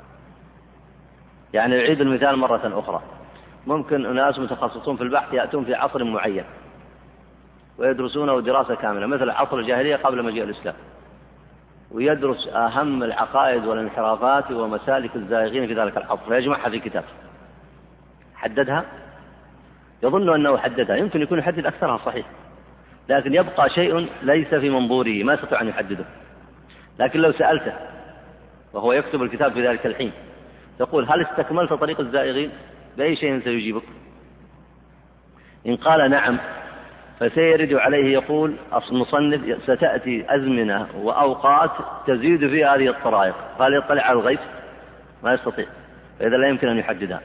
يعني يعيد المثال مرة أخرى. ممكن أناس متخصصون في البحث يأتون في عصر معين ويدرسونه دراسة كاملة، مثل عصر الجاهلية قبل مجيء الإسلام، ويدرس أهم العقائد والانحرافات ومسالك الزائغين في ذلك العصر، فيجمعها في كتاب. حددها؟ يظن أنه حددها، يمكن يكون يحدد أكثرها صحيح، لكن يبقى شيء ليس في منظوره ما يستطيع أن يحدده. لكن لو سألته وهو يكتب الكتاب في ذلك الحين تقول هل استكملت طريق الزائغين؟ بأي شيء سيجيبك؟ إن قال نعم فسيرد عليه يقول أصل المصنف ستأتي أزمنة وأوقات تزيد في هذه الطرائق، قال يطلع على الغيب؟ ما يستطيع، فإذا لا يمكن أن يحددها.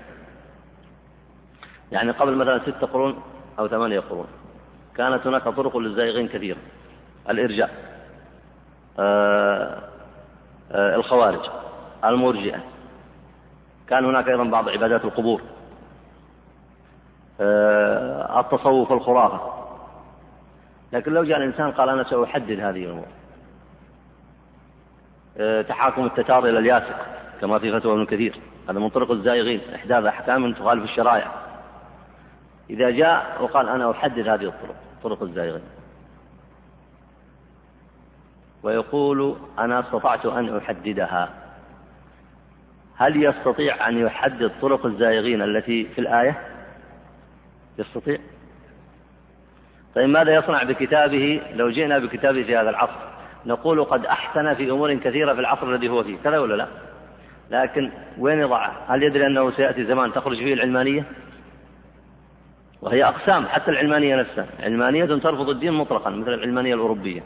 يعني قبل مثلا 6 قرون أو 8 قرون كانت هناك طرق للزائغين كثيرة: الإرجاء، الخوارج، المرجئة، كان هناك أيضا بعض عبادات القبور، التصوف والخرافة. لكن لو جاء الإنسان قال أنا سأحدد هذه الأمور، تحاكم التتار إلى الياسق كما في فتوى ابن كثير، هذا من طرق الزائغين، إحداث أحكام تخالف الشرائع. إذا جاء وقال أنا أحدد هذه الطرق، طرق الزائغين، ويقول أنا استطعت أن أحددها، هل يستطيع أن يحدد طرق الزائغين التي في الآية؟ يستطيع. طيب ماذا يصنع بكتابه لو جئنا بكتابه في هذا العصر؟ نقول قد أحسن في أمور كثيرة في العصر الذي هو فيه، كذا ولا لا؟ لكن وين يضعه؟ هل يدري أنه سيأتي زمان تخرج فيه العلمانية؟ وهي أقسام، حتى العلمانية نفسها علمانية ترفض الدين مطلقا مثل العلمانية الأوروبية،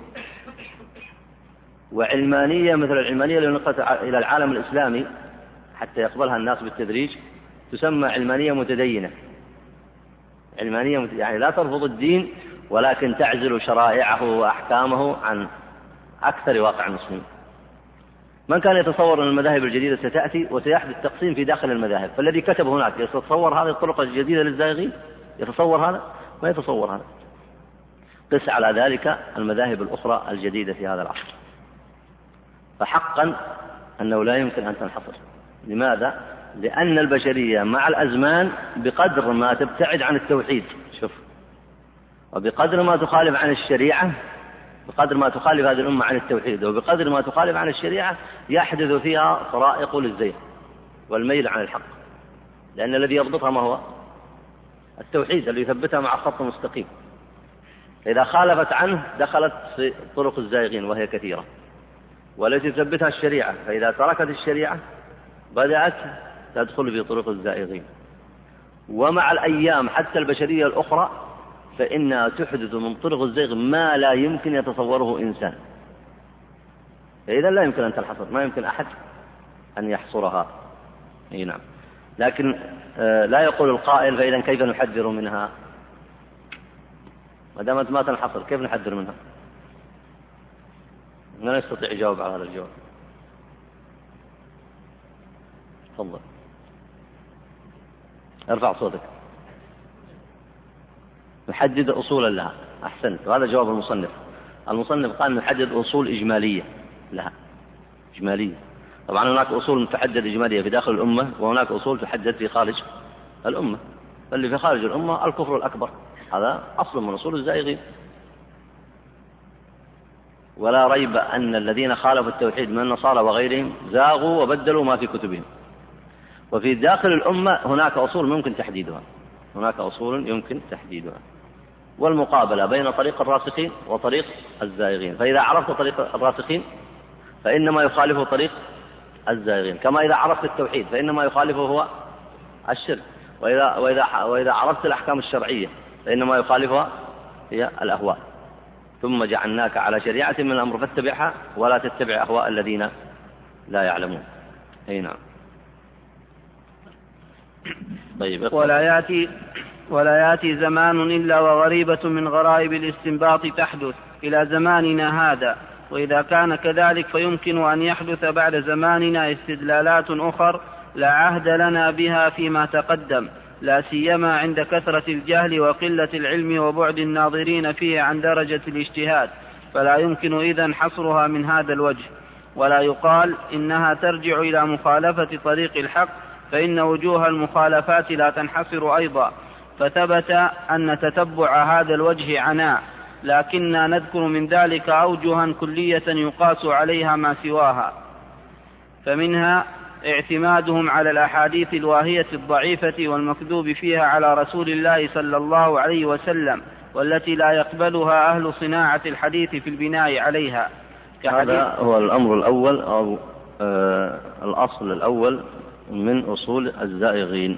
وعلمانية مثل العلمانية اللي نقلت إلى العالم الإسلامي حتى يقبلها الناس بالتدريج تسمى علمانية متدينة. علمانية يعني لا ترفض الدين ولكن تعزل شرائعه وأحكامه عن أكثر واقع المسلمين. من كان يتصور أن المذاهب الجديدة ستأتي وسيحدث تقسيم في داخل المذاهب؟ فالذي كتب هناك يتصور هذه الطرق الجديدة للزائغين؟ يتصور هذا؟ ما يتصور هذا. قس على ذلك المذاهب الأخرى الجديدة في هذا العصر. فحقا أنه لا يمكن أن تنحصر. لماذا؟ لأن البشرية مع الأزمان بقدر ما تبتعد عن التوحيد، شوف، وبقدر ما تخالف عن الشريعة، بقدر ما تخالف هذه الأمة عن التوحيد وبقدر ما تخالف عن الشريعة يحدث فيها طرائق للزيغ والميل عن الحق، لأن الذي يضبطها ما هو؟ التوحيد اللي يثبتها مع الخط المستقيم. إذا خالفت عنه دخلت في طرق الزائغين وهي كثيرة، والتي تثبتها الشريعة، فإذا تركت الشريعة بدأت تدخل في طرق الزائغين. ومع الأيام حتى البشرية الأخرى فإنها تحدث من طرق الزيغ ما لا يمكن يتصوره إنسان، فإذا لا يمكن أن تنحصر، ما يمكن أحد أن يحصرها. نعم. لكن لا يقول القائل فإذا كيف نحذر منها؟ ما دامت ما تنحصر كيف نحذر منها؟ لا يستطيع يجاوب على هذا الجواب. تفضل ارفع صوتك. نحدد أصولا لها. أحسنت، وهذا جواب المصنف. المصنف قال نحدد أصول إجمالية لها، إجمالية. طبعا هناك أصول تحدد إجمالية في داخل الأمة، وهناك أصول تحدد في خارج الأمة. فاللي في خارج الأمة الكفر الأكبر، هذا أصل من أصول الزائغين. ولا ريب أن الذين خالفوا التوحيد من النصارى وغيرهم زاغوا وبدلوا ما في كتبهم. وفي داخل الأمة هناك أصول ممكن تحديدها، هناك أصول يمكن تحديدها، والمقابلة بين طريق الراسخين وطريق الزائغين. فإذا عرفت طريق الراسخين فإنما يخالفه طريق الزائغين، كما إذا عرفت التوحيد فإنما يخالفه هو الشرك، وإذا عرفت الأحكام الشرعية فإنما يخالفها هي الأهواء. ثم جعلناك على شريعة من الأمر فاتبعها ولا تتبع أهواء الذين لا يعلمون. أي نعم. طيب. ولا يأتي زمان إلا وغريبة من غرائب الاستنباط تحدث إلى زماننا هذا، وإذا كان كذلك فيمكن أن يحدث بعد زماننا استدلالات أخر لا عهد لنا بها فيما تقدم، لا سيما عند كثرة الجهل وقلة العلم وبعد الناظرين فيه عن درجة الاجتهاد، فلا يمكن إذن حصرها من هذا الوجه. ولا يقال إنها ترجع إلى مخالفة طريق الحق، فإن وجوه المخالفات لا تنحصر أيضا، فثبت أن تتبع هذا الوجه عناء، لكننا نذكر من ذلك أوجها كلية يقاس عليها ما سواها. فمنها اعتمادهم على الأحاديث الواهية الضعيفة والمكذوب فيها على رسول الله صلى الله عليه وسلم، والتي لا يقبلها أهل صناعة الحديث في البناء عليها. هذا هو الأمر الأول أو الأصل الأول من أصول الزائغين،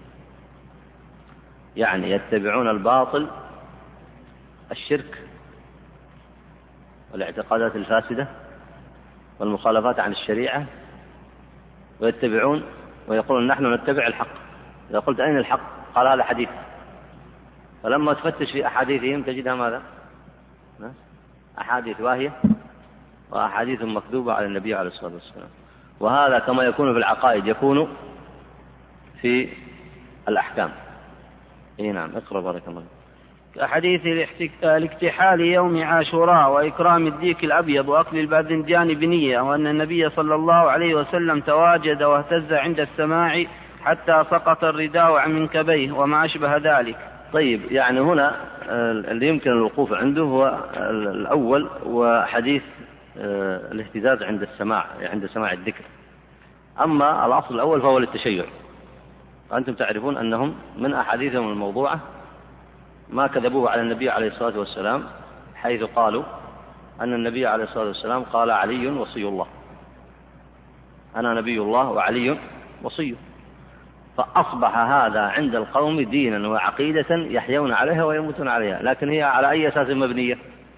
يعني يتبعون الباطل، الشرك والاعتقادات الفاسدة والمخالفات عن الشريعة، ويتبعون ويقولون نحن نتبع الحق. إذا قلت أين الحق؟ قال هذا حديث، فلما تفتش في أحاديثهم تجدها ماذا؟ أحاديث واهية وأحاديث مكذوبة على النبي عليه الصلاة والسلام. وهذا كما يكون في العقائد يكون في الأحكام. إيه نعم. اقرأ بارك الله. كحديث الاكتحال يوم عاشوراء وإكرام الديك الأبيض وأكل الباذنجان بنية، وأن النبي صلى الله عليه وسلم تواجد واهتز عند السماع حتى سقط الرداء عن منكبيه وما أشبه ذلك. طيب، يعني هنا اللي يمكن الوقوف عنده هو الأول، وحديث الاهتزاز عند السماع، عند سماع الذكر. أما الأصل الأول فهو التشيع. أنتم تعرفون أنهم من أحاديثهم الموضوعة ما كذبوه على النبي عليه الصلاة والسلام، حيث قالوا أن النبي عليه الصلاة والسلام قال علي وصي الله، أنا نبي الله وعلي وصيه. فأصبح هذا عند القوم دينا وعقيدة يحيون عليها ويموتون عليها، لكن هي على أي أساس مبنية؟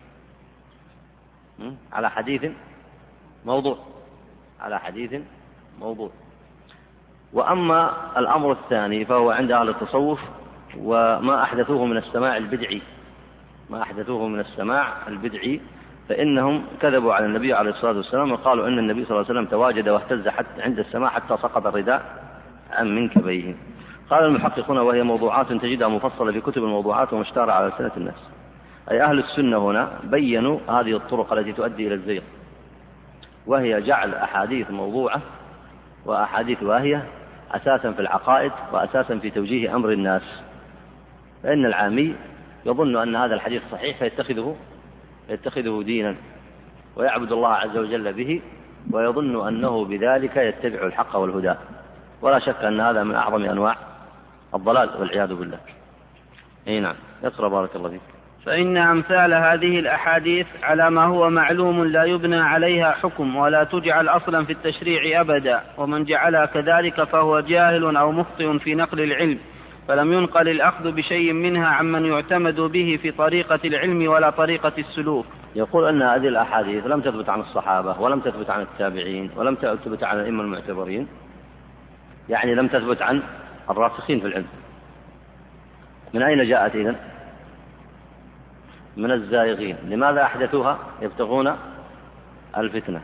على حديث موضوع، على حديث موضوع. وأما الأمر الثاني فهو عند أهل التصوف وما أحدثوه من السماع البدعي، ما أحدثوه من السماع البدعي، فإنهم كذبوا على النبي عليه الصلاة والسلام وقالوا أن النبي صلى الله عليه وسلم تواجد واهتز حتى عند السماع حتى سقط الرداء عن منكبيه. قال المحققون وهي موضوعات تجدها مفصلة في كتب الموضوعات ومشتهرة على ألسنة الناس. أي أهل السنة هنا بيّنوا هذه الطرق التي تؤدي إلى الزيغ، وهي جعل أحاديث موضوعة وأحاديث واهية أساسا في العقائد وأساسا في توجيه أمر الناس. فإن العامي يظن أن هذا الحديث صحيح فيتخذه دينا ويعبد الله عز وجل به، ويظن أنه بذلك يتبع الحق والهدى، ولا شك أن هذا من أعظم أنواع الضلال والعياذ بالله. أي نعم. اقرأ بارك الله فيك. فإن أمثال هذه الأحاديث على ما هو معلوم لا يبنى عليها حكم ولا تجعل أصلا في التشريع أبدا، ومن جعلها كذلك فهو جاهل أو مخطئ في نقل العلم، فلم ينقل الأخذ بشيء منها عمن يعتمد به في طريقة العلم ولا طريقة السلوك. يقول أن هذه الأحاديث لم تثبت عن الصحابة ولم تثبت عن التابعين ولم تثبت عن الأئمة المعتبرين، يعني لم تثبت عن الراسخين في العلم. من أين جاءت إذن؟ من الزائغين. لماذا أحدثوها؟ يبتغون الفتنة.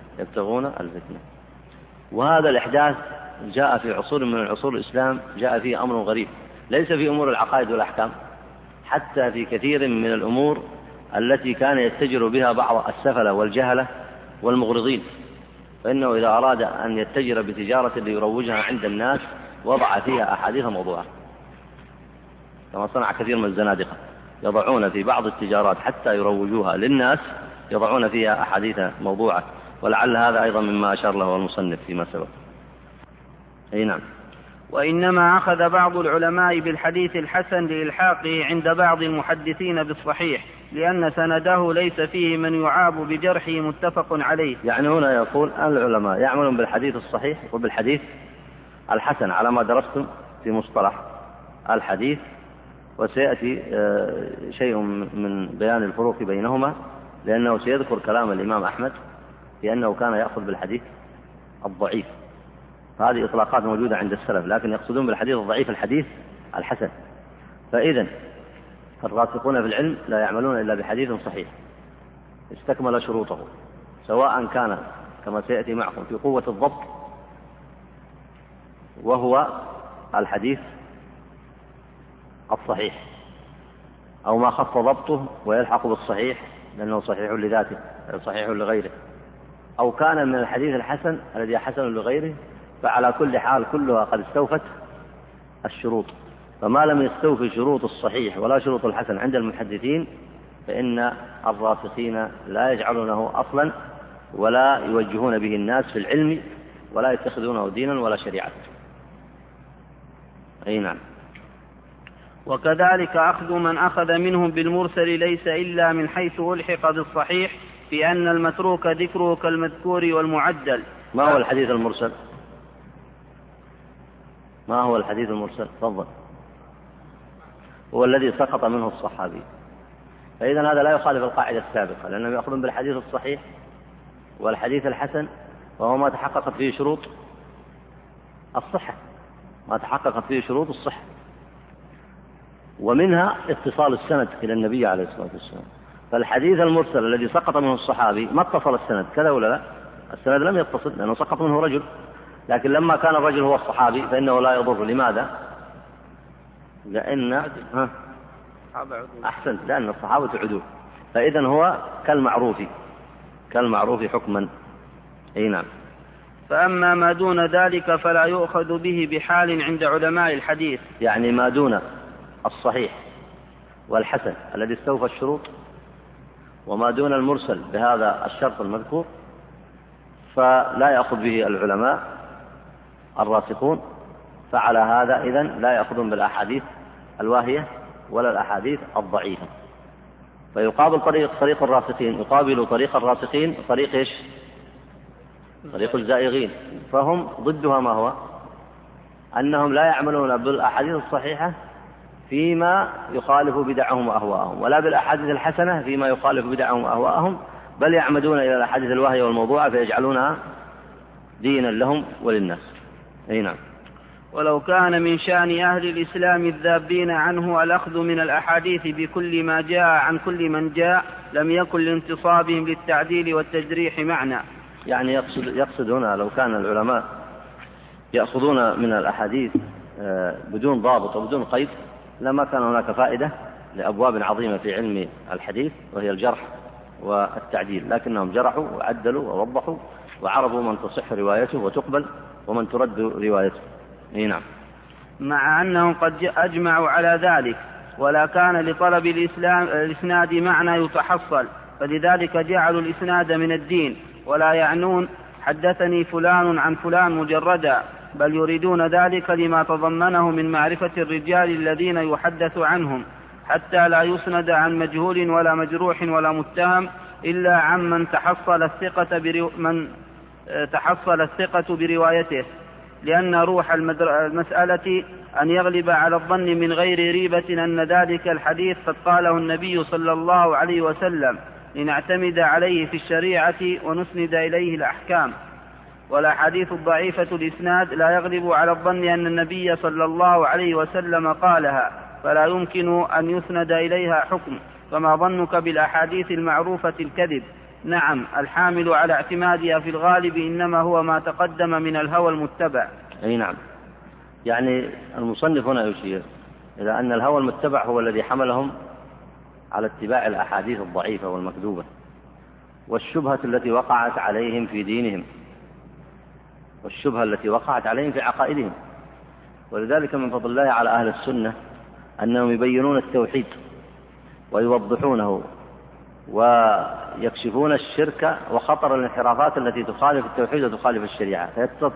وهذا الإحداث جاء في عصور من عصور الإسلام، جاء فيه أمر غريب، ليس في أمور العقائد والأحكام، حتى في كثير من الأمور التي كان يتجر بها بعض السفلة والجهلة والمغرضين، فإنه إذا أراد أن يتجر بتجارة ليروجها عند الناس وضع فيها أحاديث موضوعة، كما صنع كثير من الزنادقة، يضعون في بعض التجارات حتى يروجوها للناس يضعون فيها أحاديث موضوعة، ولعل هذا أيضا مما أشار له المصنف فيما سبق. أي نعم. وإنما أخذ بعض العلماء بالحديث الحسن لإلحاقه عند بعض المحدثين بالصحيح، لأن سنده ليس فيه من يعاب بجرحه متفق عليه. يعني هنا يقول العلماء يعملون بالحديث الصحيح وبالحديث الحسن على ما درستم في مصطلح الحديث، وسيأتي شيء من بيان الفروق بينهما، لأنه سيذكر كلام الإمام أحمد بأنه كان يأخذ بالحديث الضعيف. هذه إطلاقات موجودة عند السلف، لكن يقصدون بالحديث الضعيف الحديث الحسن. فإذن الراسخون في العلم لا يعملون إلا بحديث صحيح استكمل شروطه، سواء كان كما سيأتي معكم في قوة الضبط وهو الحديث الصحيح، أو ما خف ضبطه ويلحق بالصحيح لأنه صحيح لذاته صحيح لغيره، أو كان من الحديث الحسن الذي حسن لغيره، فعلى كل حال كلها قد استوفت الشروط. فما لم يستوفي شروط الصحيح ولا شروط الحسن عند المحدثين فإن الراسخين لا يجعلونه أصلا ولا يوجهون به الناس في العلم ولا يتخذونه دينا ولا شريعة. أي نعم. وكذلك أخذ من أخذ منهم بالمرسل ليس إلا من حيث ألحق بالصحيح، في أن المتروك ذكره كالمذكور والمعدل. ما هو الحديث المرسل؟ ما هو الحديث المرسل؟ تفضل. هو الذي سقط منه الصحابي. فإذا هذا لا يخالف القاعدة السابقة، لأنهم يأخذون بالحديث الصحيح والحديث الحسن، وهو ما تحققت فيه شروط الصحة، ما تحققت فيه شروط الصحة، ومنها اتصال السند إلى النبي عليه الصلاة والسلام. فالحديث المرسل الذي سقط منه الصحابي ما اتصل السند، كذا ولا لا؟ السند لم يتصل لأنه سقط منه رجل، لكن لما كان الرجل هو الصحابي فإنه لا يضر. لماذا؟ لأن أحسنت، لأن الصحابة عدول، فإذا هو كالمعروف حكما. أي نعم. فأما ما دون ذلك فلا يؤخذ به بحال عند علماء الحديث، يعني ما دون الصحيح والحسن الذي استوفى الشروط، وما دون المرسل بهذا الشرط المذكور، فلا يأخذ به العلماء الراسخون. فعلى هذا إذن لا يأخذون بالأحاديث الواهية ولا الأحاديث الضعيفة. فيقابل طريق الراسخين، يقابل طريق الراسخين طريق إيش؟ طريق الزائغين. فهم ضدها ما هو؟ أنهم لا يعملون بالأحاديث الصحيحة فيما يخالف بدعهم وأهواءهم، ولا بالأحاديث الحسنة فيما يخالف بدعهم وأهواءهم، بل يعمدون إلى الأحاديث الواهية والموضوعة فيجعلونها دينا لهم وللناس. أي نعم. ولو كان من شأن أهل الإسلام الذابين عنه الأخذ من الأحاديث بكل ما جاء عن كل من جاء لم يكن لانتصابهم للتعديل والتجريح معنى. يعني يقصد هنا لو كان العلماء يأخذون من الأحاديث بدون ضابط وبدون قيد لما كان هناك فائدة لأبواب عظيمة في علم الحديث وهي الجرح والتعديل، لكنهم جرحوا وعدلوا ووضحوا وعرفوا من تصح روايته وتقبل ومن ترد روايته. نعم. مع أنهم قد أجمعوا على ذلك، ولا كان لطلب الإسناد معنى يتحصل، فلذلك جعلوا الإسناد من الدين، ولا يعنون حدثني فلان عن فلان مجردا، بل يريدون ذلك لما تضمنه من معرفة الرجال الذين يحدث عنهم، حتى لا يسند عن مجهول ولا مجروح ولا متهم إلا عمن تحصل الثقة بروايته، لأن روح المسألة أن يغلب على الظن من غير ريبة أن ذلك الحديث قد قاله النبي صلى الله عليه وسلم لنعتمد عليه في الشريعة ونسند إليه الأحكام. والأحاديث الضعيفة الإسناد لا يغلب على الظن أن النبي صلى الله عليه وسلم قالها، فلا يمكن أن يسند إليها حكم. فما ظنك بالأحاديث المعروفة الكذب؟ نعم، الحامل على اعتمادها في الغالب إنما هو ما تقدم من الهوى المتبع. أي نعم، يعني المصنف هنا يشير إلى أن الهوى المتبع هو الذي حملهم على اتباع الأحاديث الضعيفة والمكذوبة، والشبهة التي وقعت عليهم في دينهم، والشبهة التي وقعت عليهم في عقائدهم. ولذلك من فضل الله على أهل السنة أنهم يبينون التوحيد ويوضحونه ويكشفون الشرك وخطر الانحرافات التي تخالف التوحيد وتخالف الشريعة،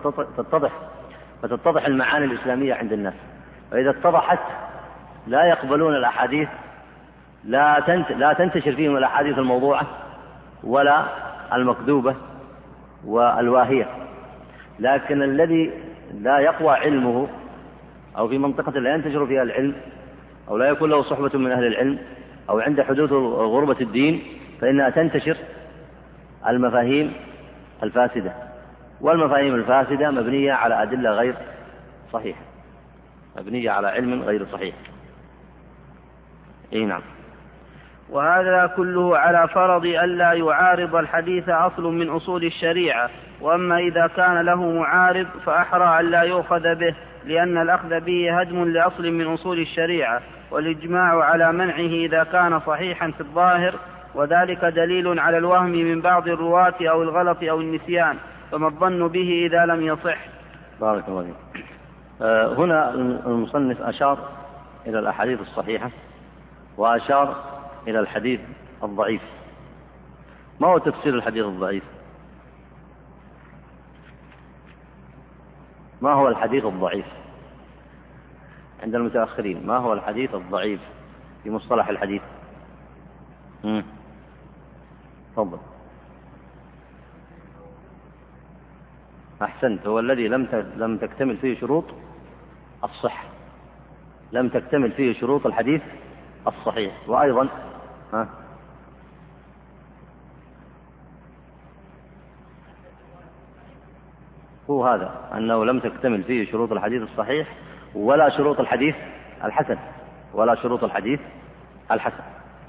فتتضح المعاني الإسلامية عند الناس. فإذا اتضحت لا يقبلون الأحاديث، لا تنتشر فيهم الأحاديث الموضوعة ولا المكذوبة والواهية. لكن الذي لا يقوى علمه أو في منطقة لا ينتشر فيها العلم أو لا يكون له صحبة من أهل العلم أو عند حدوث غربة الدين، فإنها تنتشر المفاهيم الفاسدة، والمفاهيم الفاسدة مبنية على أدلة غير صحيحة، مبنية على علم غير صحيح. أي نعم. وهذا كله على فرض ألا يعارض الحديث أصل من أصول الشريعة. وأما إذا كان له معارض فأحرى ألا يؤخذ به، لأن الأخذ به هدم لأصل من أصول الشريعة، والإجماع على منعه إذا كان صحيحا في الظاهر، وذلك دليل على الوهم من بعض الرواة أو الغلط أو النسيان، فما الظن به إذا لم يصح؟ بارك الله فيك. هنا المصنف أشار إلى الأحاديث الصحيحة وأشار إلى الحديث الضعيف. ما هو تفسير الحديث الضعيف؟ ما هو الحديث الضعيف عند المتأخرين؟ ما هو الحديث الضعيف في مصطلح الحديث؟ تفضل. أحسنت، هو الذي لم تكتمل فيه شروط الصحة، لم تكتمل فيه شروط الحديث الصحيح. وأيضا هو هذا أنه لم تكتمل فيه شروط الحديث الصحيح ولا شروط الحديث الحسن، ولا شروط الحديث الحسن.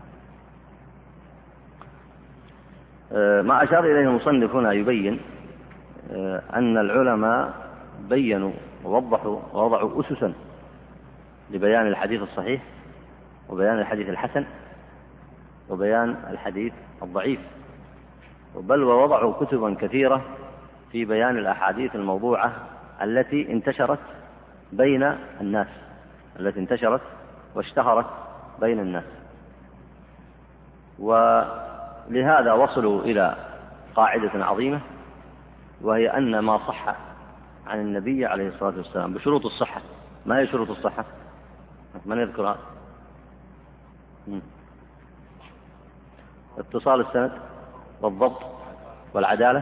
ما أشار إليه المصنف هنا يبين أن العلماء بيّنوا ووضحوا ووضعوا أسسا لبيان الحديث الصحيح وبيان الحديث الحسن وبيان الحديث الضعيف، بل ووضعوا كتبا كثيرة في بيان الأحاديث الموضوعة التي انتشرت بين الناس، التي انتشرت واشتهرت بين الناس. ولهذا وصلوا إلى قاعدة عظيمة، وهي أن ما صح عن النبي عليه الصلاة والسلام بشروط الصحة. ما هي شروط الصحة؟ من يذكرها؟ اتصال السند والضبط والعدالة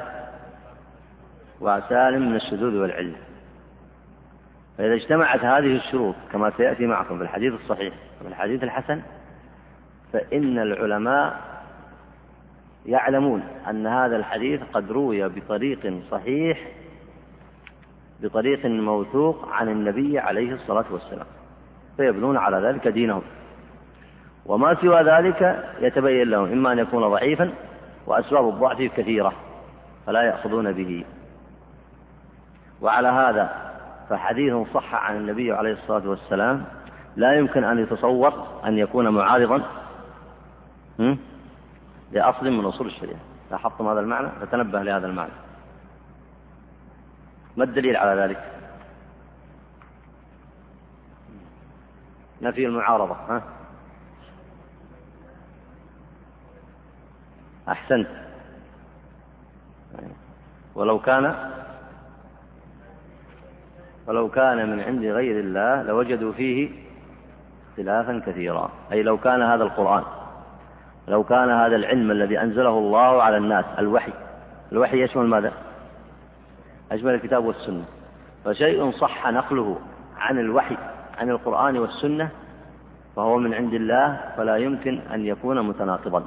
وسالم من الشذوذ والعلة. فإذا اجتمعت هذه الشروط كما سيأتي معكم في الحديث الصحيح وفي الحديث الحسن، فإن العلماء يعلمون أن هذا الحديث قد روي بطريق صحيح، بطريق موثوق عن النبي عليه الصلاة والسلام، فيبنون على ذلك دينهم. وما سوى ذلك يتبين لهم إما أن يكون ضعيفا وأسباب الضعف كثيرة فلا يأخذون به. وعلى هذا فحديث صح عن النبي عليه الصلاة والسلام لا يمكن أن يتصور أن يكون معارضا لأصل من أصول الشريعة. لاحظتم هذا المعنى؟ فتنبه لهذا المعنى. ما الدليل على ذلك؟ نفي المعارضة. أحسنت. ولو كان من عند غير الله لوجدوا فيه اختلافا كثيرا. أي لو كان هذا القرآن، لو كان هذا العلم الذي أنزله الله على الناس، الوحي يشمل ماذا؟ يشمل الكتاب والسنة. فشيء صح نقله عن الوحي عن القرآن والسنة فهو من عند الله، فلا يمكن أن يكون متناقضا،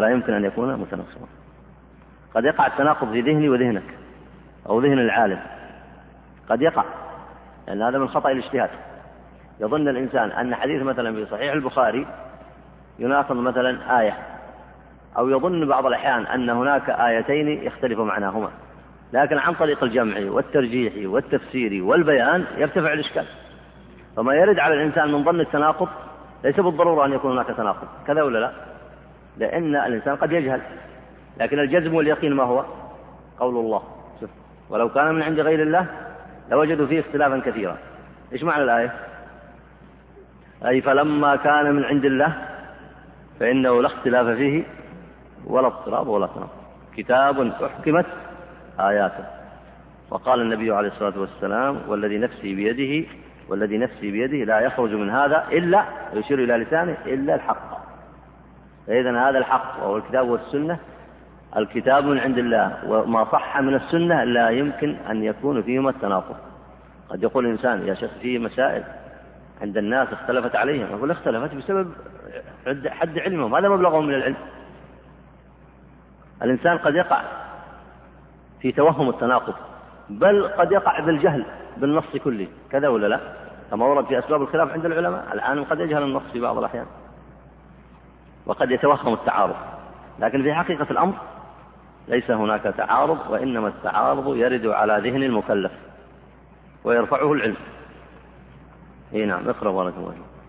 قد يقع التناقض في ذهني وذهنك أو ذهن العالم، قد يقع، لأن هذا من خطأ الاجتهاد. يظن الإنسان أن حديث مثلا في صحيح البخاري يناقض مثلا آية، أو يظن بعض الأحيان أن هناك آيتين يختلف معناهما، لكن عن طريق الجمع والترجيح والتفسير والبيان يرتفع الإشكال. فما يرد على الإنسان من ظن التناقض ليس بالضرورة أن يكون هناك تناقض، كذا ولا لا؟ لأن الإنسان قد يجهل، لكن الجزم واليقين ما هو؟ قول الله. ولو كان من عند غير الله لوجدوا فيه اختلافا كثيرا. إيش معنى الآية؟ أي فلما كان من عند الله فإنه لا اختلاف فيه ولا اضطراب ولا تناقض، كتاب أحكمت آياته. وقال النبي عليه الصلاة والسلام والذي نفسي بيده لا يخرج من هذا إلا، يشير إلى لسانه، إلا الحق. فإذن هذا الحق وهو الكتاب والسنة، الكتاب من عند الله وما صح من السنة لا يمكن أن يكون فيهما التناقض. قد يقول الإنسان يا شيخ في مسائل عند الناس اختلفت عليهم، أقول اختلفت بسبب حد علمهم، هذا مبلغهم من العلم. الإنسان قد يقع في توهم التناقض، بل قد يقع بالجهل بالنص كله، كذا ولا لا؟ كما ورد في أسباب الخلاف عند العلماء، العالم قد يجهل النص في بعض الأحيان وقد يتوهم التعارض، لكن في حقيقة الأمر ليس هناك تعارض، وإنما التعارض يرد على ذهن المكلف ويرفعه العلم. نعم، اقرأ بارك الله.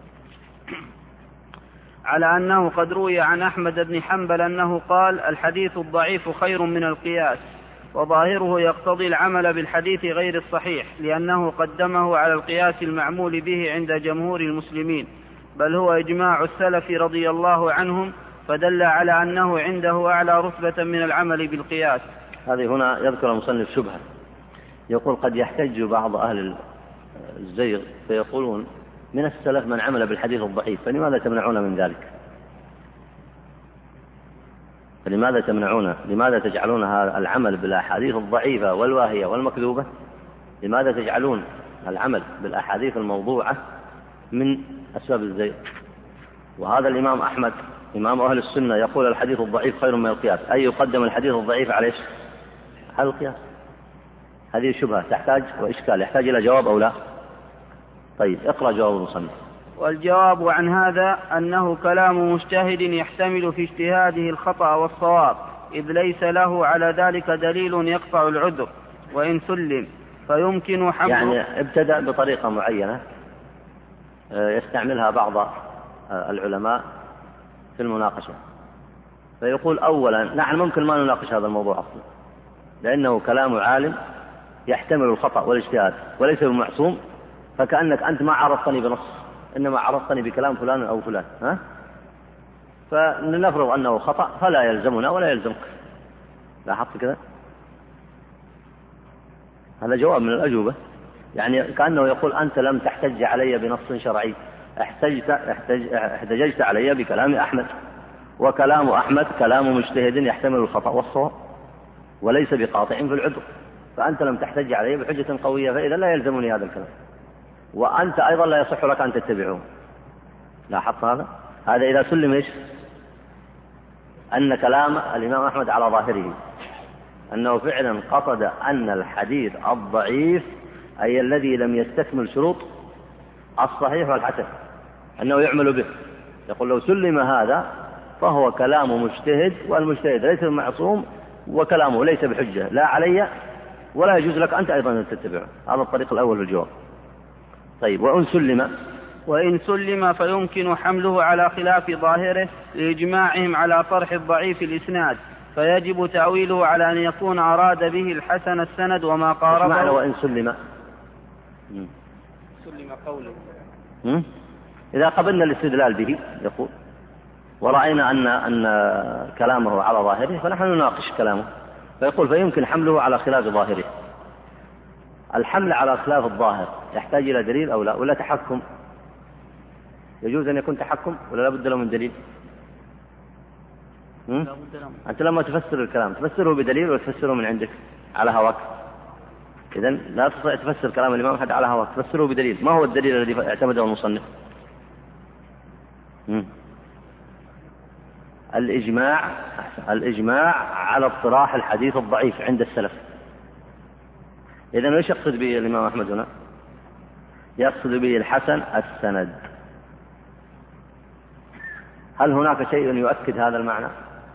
على أنه قد روي عن أحمد بن حنبل أنه قال: الحديث الضعيف خير من القياس، وظاهره يقتضي العمل بالحديث غير الصحيح، لأنه قدمه على القياس المعمول به عند جمهور المسلمين، بل هو إجماع السلف رضي الله عنهم، فدل على أنه عنده أعلى رتبة من العمل بالقياس. هذه هنا يذكر المصنف شبهة، يقول قد يحتج بعض أهل الزيغ فيقولون من السلف من عمل بالحديث الضعيف، فلماذا تمنعون من ذلك؟ لماذا تجعلون هذا العمل بالأحاديث الضعيفة والواهية والمكذوبة؟ لماذا تجعلون العمل بالأحاديث الموضوعة من أسباب الزيغ؟ وهذا الإمام أحمد إمام أهل السنة يقول الحديث الضعيف خير من القياس، أي يقدم الحديث الضعيف على القياس. هذه شبهة تحتاج وإشكال يحتاج إلى جواب أو لا؟ طيب اقرأ جواب المصنف. والجواب عن هذا أنه كلام مجتهد يحتمل في اجتهاده الخطأ والصواب، إذ ليس له على ذلك دليل يقطع العذر، وإن سلم فيمكن حمله. يعني ابتدأ بطريقة معينة يستعملها بعض العلماء في المناقشة، فيقول أولا نحن ممكن ما نناقش هذا الموضوع أصلا، لأنه كلام عالم يحتمل الخطأ والاجتهاد وليس بمعصوم، فكأنك أنت ما عرفتني بنص، إنما عرفتني بكلام فلان أو فلان، فلنفرض أنه خطأ فلا يلزمنا ولا يلزمك. لاحظت كذا؟ هذا جواب من الأجوبة، يعني كأنه يقول أنت لم تحتج علي بنص شرعي، احتججت علي بكلام أحمد، وكلام أحمد كلام مجتهد يحتمل الخطأ والصواب وليس بقاطع في العذر، فأنت لم تحتج علي بحجة قوية، فإذا لا يلزمني هذا الكلام، وأنت أيضا لا يصح لك أن تتبعه. لاحظت هذا إذا سلم إيش؟ أن كلام الإمام أحمد على ظاهره أنه فعلا قصد أن الحديث الضعيف أي الذي لم يستكمل شروط الصحيح والحسن أنه يعمل به. يقول لو سلم هذا فهو كلام مجتهد، والمجتهد ليس معصوم، وكلامه ليس بحجة لا علي ولا يجوز لك أنت أيضا أن تتبعه. هذا الطريق الأول في الجواب. طيب وإن سلم فيمكن حمله على خلاف ظاهره لإجماعهم على طرح الضعيف الإسناد، فيجب تأويله على أن يكون أراد به الحسن السند وما قاربه. معنى وإن سلم قوله إذا قبلنا الاستدلال به يقول ورأينا أن كلامه على ظاهره فنحن نناقش كلامه، فيقول فيمكن حمله على خلاف ظاهره. الحمل على خلاف الظاهر يحتاج إلى دليل أو لا، ولا تحكم؟ يجوز أن يكون تحكم ولا لا بد له من دليل؟ أنت لما تفسر الكلام تفسره بدليل ولا تفسره من عندك على هواك؟ إذن لا تستطيع تفسر كلام الإمام أحمد على هواك، تفسره بدليل. ما هو الدليل الذي اعتمده المصنف؟ الإجماع على اطراح الحديث الضعيف عند السلف. إذن ايش يقصد به الإمام أحمد هنا؟ يقصد به الحسن السند. هل هناك شيء يؤكد هذا المعنى؟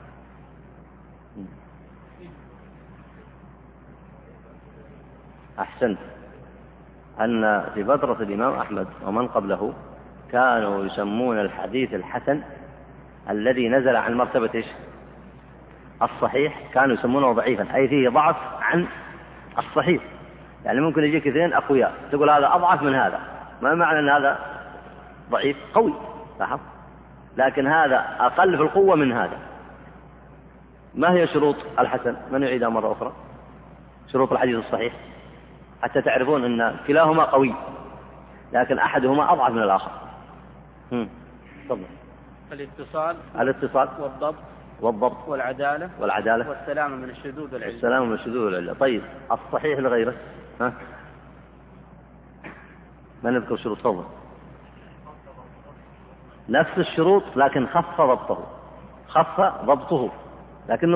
أحسنت. أن في فترة الإمام أحمد ومن قبله كانوا يسمون الحديث الحسن الذي نزل عن مرتبة الصحيح كانوا يسمونه ضعيفا، أي فيه ضعف عن الصحيح. يعني ممكن يجيك اثنين أقوياء تقول هذا أضعف من هذا، ما معنى أن هذا ضعيف؟ قوي، لاحظ، لكن هذا أقل في القوة من هذا. ما هي شروط الحسن؟ من يعيدها مرة أخرى؟ شروط الحديث الصحيح حتى تعرفون أن كلاهما قوي لكن أحدهما أضعف من الآخر. تفضل. الاتصال والضبط والعدالة والسلامة من الشذوذ والعلة. طيب الصحيح لغيره؟ ما نذكر شروط؟ تفضل. نفس الشروط لكن خف ضبطه لكنه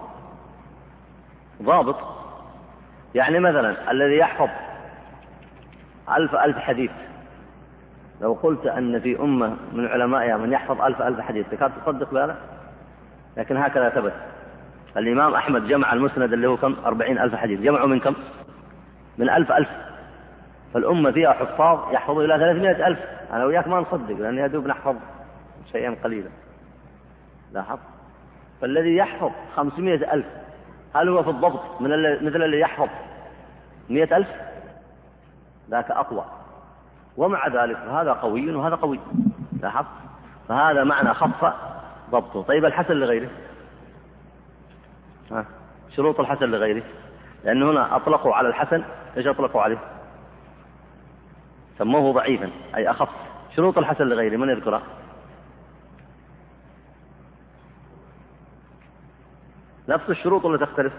ضابط. يعني مثلا الذي يحفظ 1000 حديث، لو قلت أن في أمة من علمائها من يحفظ 1000 حديث تكاد تصدق بهذا؟ لكن هكذا ثبت. الإمام أحمد جمع المسند اللي هو كم؟ 40,000 حديث، جمعوا من كم؟ من 1000. فالأمة فيها حفاظ يحفظوا إلى 300,000. أنا وياك ما نصدق لأن يدوب نحفظ شيئا قليلا، لاحظ. فالذي يحفظ 500,000 هل هو في الضبط مثل الذي يحفظ 100,000؟ ذاك أقوى، ومع ذلك هذا قوي وهذا قوي، لاحظ. فهذا معنى خف ضبطه. طيب الحسن لغيره؟ شروط الحسن لغيره، لأن هنا أطلقوا على الحسن إيش أطلقوا عليه؟ سموه ضعيفا أي أخف. شروط الحسن لغيره من يذكرها؟ نفس الشروط ولا تختلف؟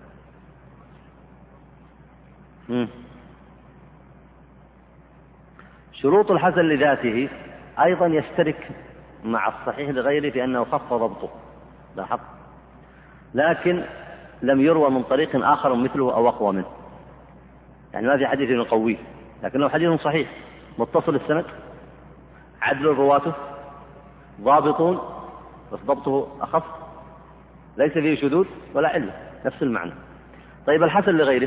شروط الحسن لذاته أيضا يشترك مع الصحيح لغيره في أنه خف ضبطه، لاحظ، لكن لم يروى من طريق آخر مثله أو أقوى منه. يعني ما في حديث يقويه، لكنه حديث صحيح متصل السند، عدل رواته، ضابطون بس ضبطه أخف، ليس فيه شذوذ ولا علة، نفس المعنى. طيب الحسن لغيره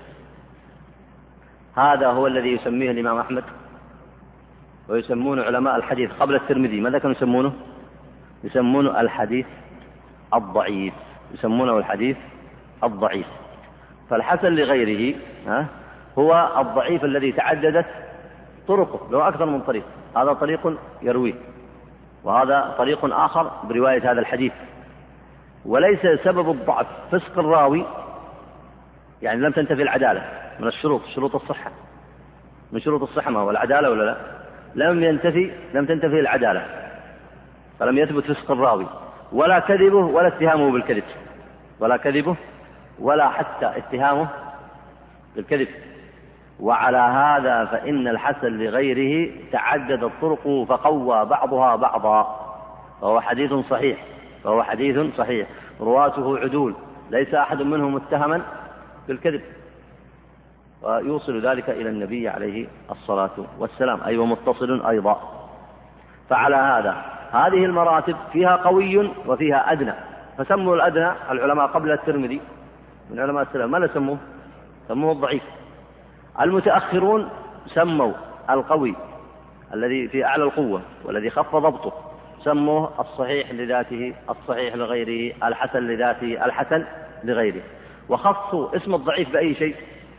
هذا هو الذي يسميه الإمام أحمد ويسمونه علماء الحديث قبل الترمذي ماذا كانوا يسمونه؟ يسمونه الحديث الضعيف، يسمونه الحديث الضعيف. فالحسن لغيره هو الضعيف الذي تعددت طرقه، له أكثر من طريق، هذا طريق يرويه وهذا طريق آخر برواية هذا الحديث، وليس سبب الضعف فسق الراوي، يعني لم تنتفي العدالة من الشروط، شروط الصحة، من شروط الصحة ما هو العدالة ولا لا؟ لم تنتفي العدالة، فلم يثبت فسق الراوي ولا كذبه ولا اتهامه بالكذب، ولا كذبه ولا حتى اتهامه بالكذب. وعلى هذا فإن الحسن لغيره تعددت طرقه فقوى بعضها بعضا، فهو حديث صحيح رواته عدول، ليس أحد منهم متهما بالكذب، ويوصل ذلك إلى النبي عليه الصلاة والسلام، أي ومتصل أيضا. فعلى هذا هذه المراتب فيها قوي وفيها أدنى، فسموا الأدنى العلماء قبل الترمذي من علماء السلام ماذا سموه الضعيف. المتأخرون سموا القوي الذي في أعلى القوة والذي خف ضبطه سموه الصحيح لذاته، الصحيح لغيره، الحسن لذاته، الحسن لغيره. وخصوا اسم الضعيف بأي شيء؟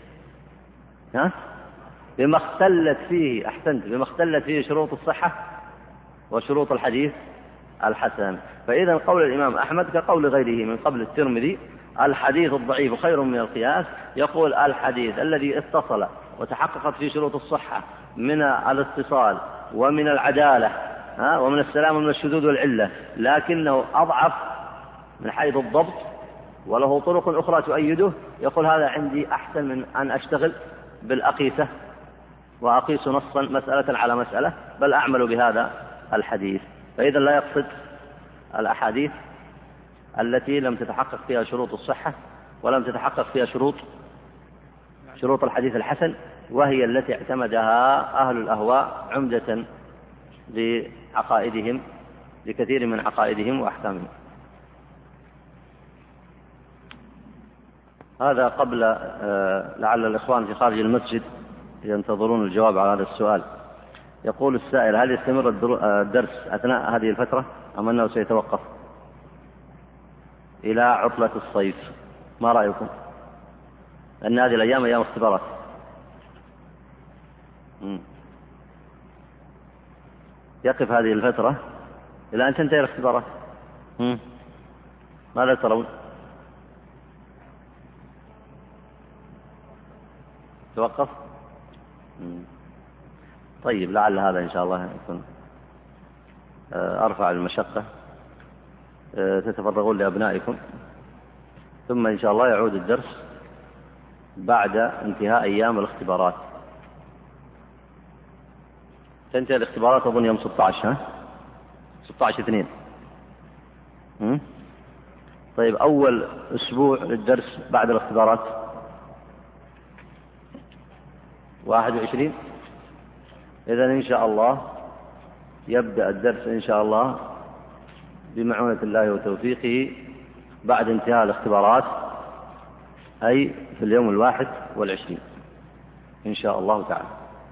بما اختلت فيه، أحسنت، بما اختلت فيه شروط الصحة وشروط الحديث الحسن. فإذا قول الإمام أحمد كقول غيره من قبل الترمذي الحديث الضعيف خير من القياس، يقول الحديث الذي اتصل وتحققت فيه شروط الصحة من الاتصال ومن العدالة ومن السلام ومن الشذوذ والعلة، لكنه أضعف من حيث الضبط وله طرق أخرى تؤيده، يقول هذا عندي أحسن من أن أشتغل بالأقيسة وأقيس نصا مسألة على مسألة، بل أعمل بهذا الحديث. فإذا لا يقصد الأحاديث التي لم تتحقق فيها شروط الصحة ولم تتحقق فيها شروط الحديث الحسن، وهي التي اعتمدها أهل الأهواء عمدة لعقائدهم، لكثير من عقائدهم وأحكامهم. هذا قبل لعل الإخوان في خارج المسجد ينتظرون الجواب على هذا السؤال. يقول السائل: هل يستمر الدرس أثناء هذه الفترة أم أنه سيتوقف إلى عطلة الصيف؟ ما رأيكم؟ لأن هذه الأيام أيام اختبارات. يقف هذه الفترة إلى أن تنتهي الاختبارات. ماذا ترون؟ توقف؟ طيب، لعل هذا إن شاء الله يكون أرفع المشقة. تتفرغون لأبنائكم، ثم إن شاء الله يعود الدرس بعد انتهاء أيام الاختبارات. تنتهي الاختبارات أظن يوم 16، 16/2. طيب، أول أسبوع للدرس بعد الاختبارات 21. إذن إن شاء الله يبدأ الدرس إن شاء الله بمعونة الله وتوفيقه بعد انتهاء الاختبارات، أي في اليوم 21 إن شاء الله تعالى.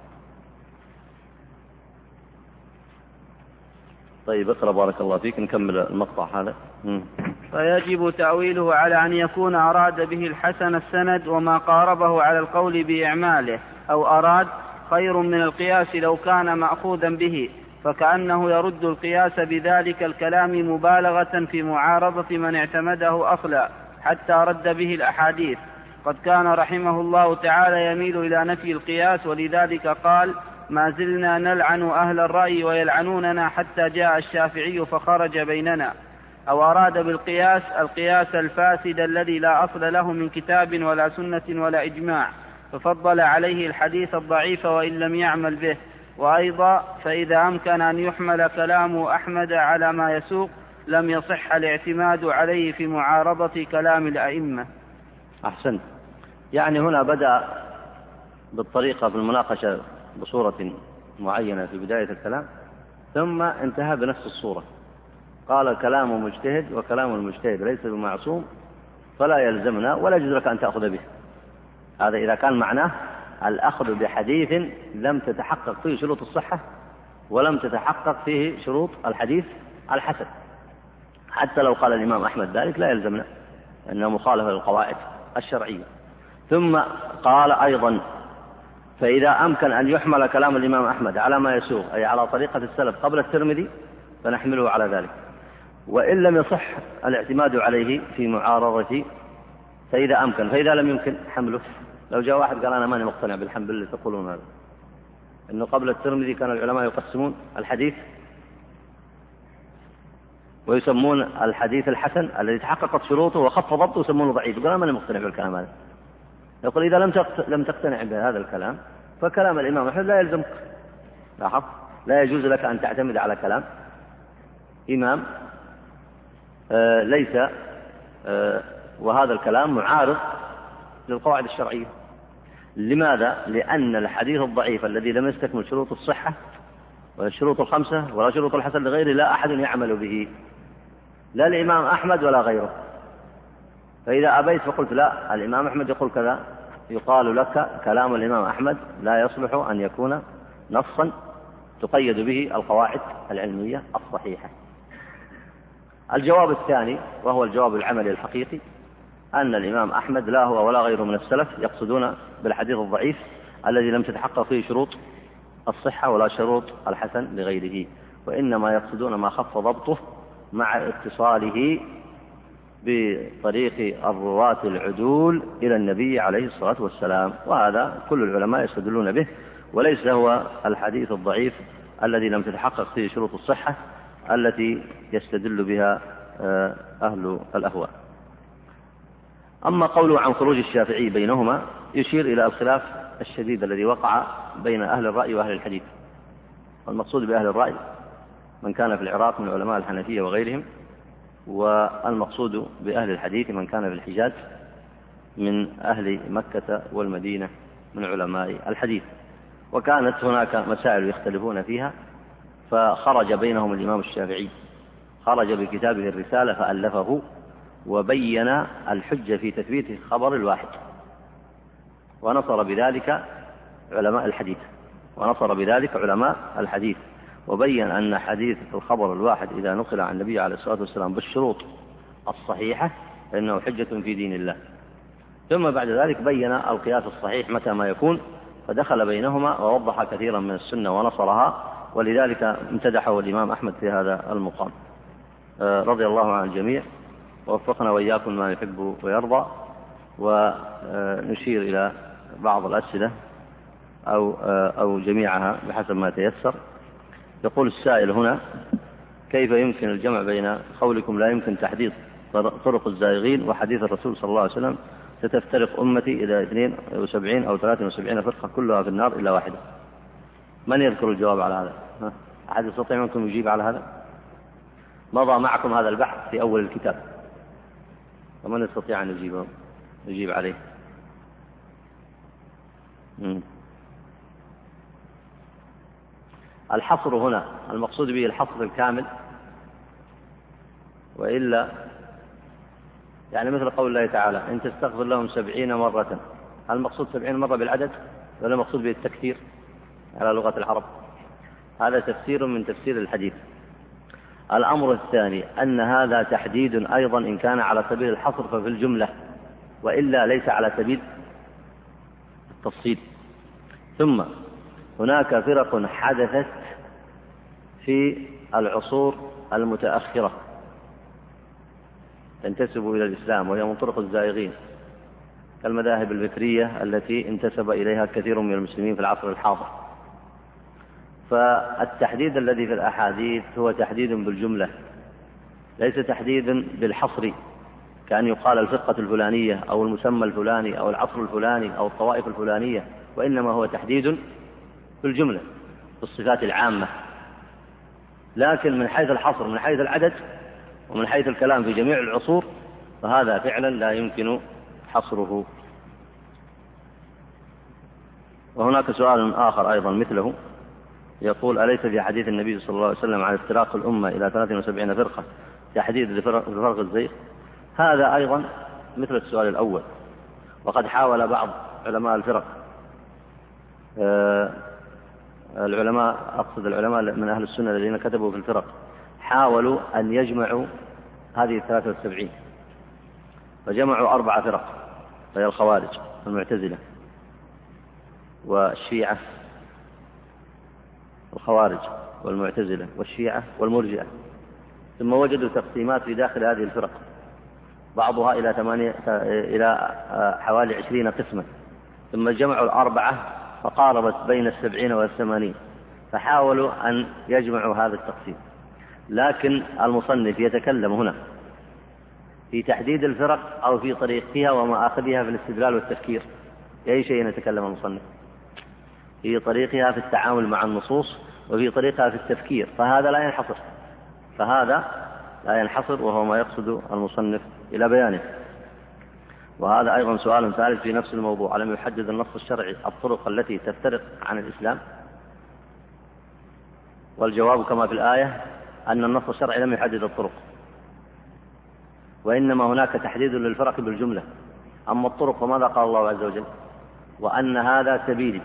طيب، اقرأ بارك الله فيك، نكمل المقطع هذا. فيجب تأويله على أن يكون أراد به الحسن السند وما قاربه على القول بإعماله، أو أراد خير من القياس لو كان مأخوذا به، فكأنه يرد القياس بذلك الكلام مبالغة في معارضة من اعتمده أصلا حتى رد به الأحاديث. قد كان رحمه الله تعالى يميل إلى نفي القياس، ولذلك قال: ما زلنا نلعن أهل الرأي ويلعنوننا حتى جاء الشافعي فخرج بيننا. أو أراد بالقياس القياس الفاسد الذي لا أصل له من كتاب ولا سنة ولا إجماع، ففضل عليه الحديث الضعيف وإن لم يعمل به. وأيضا فإذا أمكن أن يحمل كلام أحمد على ما يسوق لم يصح الاعتماد عليه في معارضة كلام الأئمة. أحسنت. يعني هنا بدأ بالطريقة في المناقشة بصورة معينة في بداية الكلام، ثم انتهى بنفس الصورة. قال: كلام مجتهد، وكلام المجتهد ليس بمعصوم، فلا يلزمنا ولا يجوز لك أن تأخذ به. هذا إذا كان معناه الأخذ بحديث لم تتحقق فيه شروط الصحة ولم تتحقق فيه شروط الحديث الحسن. حتى لو قال الإمام أحمد ذلك لا يلزمنا، أنه مخالفة للقواعد الشرعية. ثم قال أيضا: فإذا أمكن أن يحمل كلام الإمام أحمد على ما يسوغ، أي على طريقة السلف قبل الترمذي، فنحمله على ذلك. وإن لم يصح الاعتماد عليه في معارضة فإذا أمكن، فإذا لم يمكن حمله. لو جاء واحد قال: أنا ماني مقتنع بالحنبل اللي تقولون هذا، إنه قبل الترمذي كان العلماء يقسمون الحديث ويسمون الحديث الحسن الذي تحققت شروطه وخف ضبطه ويسمونه ضعيف، يقول: أنا ماني مقتنع بالكلام هذا. يقول: إذا لم تقتنع بهذا الكلام فكلام الإمام أحمد لا يلزمك. لاحظ، لا يجوز لك أن تعتمد على كلام إمام ليس وهذا الكلام معارض للقواعد الشرعية. لماذا؟ لأن الحديث الضعيف الذي لم يستكمل شروط الصحة ولا الشروط الخمسة ولا شروط الحسن لغيره لا أحد يعمل به، لا الإمام أحمد ولا غيره. فإذا أبيت فقلت: لا، الإمام أحمد يقول كذا، يقال لك: كلام الإمام أحمد لا يصلح أن يكون نصا تقيد به القواعد العلمية الصحيحة. الجواب الثاني، وهو الجواب العملي الحقيقي، أن الإمام أحمد لا هو ولا غيره من السلف يقصدون بالحديث الضعيف الذي لم تتحقق فيه شروط الصحة ولا شروط الحسن لغيره، وإنما يقصدون ما خف ضبطه مع اتصاله بطريق الرواة العدول إلى النبي عليه الصلاة والسلام. وهذا كل العلماء يستدلون به، وليس هو الحديث الضعيف الذي لم تتحقق فيه شروط الصحة التي يستدل بها أهل الأهواء. أما قوله عن خروج الشافعي بينهما يشير إلى الخلاف الشديد الذي وقع بين أهل الرأي وأهل الحديث. والمقصود بأهل الرأي من كان في العراق من علماء الحنفية وغيرهم، والمقصود بأهل الحديث من كان في الحجاز من أهل مكة والمدينة من علماء الحديث. وكانت هناك مسائل يختلفون فيها، فخرج بينهم الإمام الشافعي، خرج بكتابه الرسالة فألفه وبين الحجة في تثبيت خبر الواحد، ونصر بذلك علماء الحديث وبين أن حديث الخبر الواحد إذا نقل عن النبي عليه الصلاة والسلام بالشروط الصحيحة فإنه حجة في دين الله. ثم بعد ذلك بين القياس الصحيح متى ما يكون، فدخل بينهما ووضح كثيرا من السنة ونصرها، ولذلك امتدحه الإمام أحمد في هذا المقام رضي الله عن الجميع، ووفقنا وإياكم ما يحب ويرضى. ونشير إلى بعض الأسئلة أو جميعها بحسب ما تيسر. يقول السائل هنا: كيف يمكن الجمع بين قولكم لا يمكن تحديد طرق الزائغين وحديث الرسول صلى الله عليه وسلم ستفترق أمتي إلى 72 أو 73 فرقة كلها في النار إلا واحدة؟ من يذكر الجواب على هذا؟ أحد يستطيع منكم يجيب على هذا؟ مضى معكم هذا البحث في أول الكتاب، ومن يستطيع أن يجيب عليه؟ الحصر هنا المقصود به الحصر الكامل، وإلا يعني مثل قول الله تعالى: إن تستغفر لهم 70 مرة، هل المقصود 70 مرة بالعدد ولا المقصود به التكثير على لغة العرب؟ هذا تفسير من تفسير الحديث. الأمر الثاني أن هذا تحديد أيضا إن كان على سبيل الحصر ففي الجملة، وإلا ليس على سبيل التفصيل. ثم هناك فرق حدثت في العصور المتأخرة تنتسب إلى الإسلام، وهي من طرق الزائغين، كالمذاهب الفكرية التي انتسب إليها كثير من المسلمين في العصر الحاضر. فالتحديد الذي في الأحاديث هو تحديد بالجملة، ليس تحديد بالحصر، كأن يقال الفرقة الفلانية أو المسمى الفلاني أو العصر الفلاني أو الطوائف الفلانية، وإنما هو تحديد بالجملة بالصفات العامة. لكن من حيث الحصر، من حيث العدد، ومن حيث الكلام في جميع العصور، فهذا فعلا لا يمكن حصره. وهناك سؤال آخر أيضا مثله، يقول: أليس في حديث النبي صلى الله عليه وسلم عن افتراق الأمة إلى 73 فرقة تحديد لفرق الزيغ؟ هذا أيضا مثل السؤال الأول. وقد حاول بعض علماء الفرق، العلماء أقصد العلماء من أهل السنة الذين كتبوا في الفرق، حاولوا أن يجمعوا هذه 73، فجمعوا 4 فرق، فهي الخوارج والمعتزلة والشيعة، الخوارج والمعتزلة والشيعة والمرجئة. ثم وجدوا تقسيمات في داخل هذه الفرق، بعضها إلى حوالي 20 قسما. ثم جمعوا 4 فقاربت بين 70 و80، فحاولوا أن يجمعوا هذا التقسيم. لكن المصنف يتكلم هنا في تحديد الفرق أو في طريقها ومآخذها في الاستدلال والتفكير. أي شيء يتكلم المصنف في طريقها في التعامل مع النصوص وفي طريقها في التفكير، فهذا لا ينحصر، وهو ما يقصد المصنف إلى بيانه. وهذا أيضا سؤال ثالث في نفس الموضوع: ألم يحدد النص الشرعي الطرق التي تفترق عن الإسلام؟ والجواب كما في الآية أن النص الشرعي لم يحدد الطرق، وإنما هناك تحديد للفرق بالجملة. أما الطرق فماذا قال الله عز وجل؟ وأن هذا سبيلي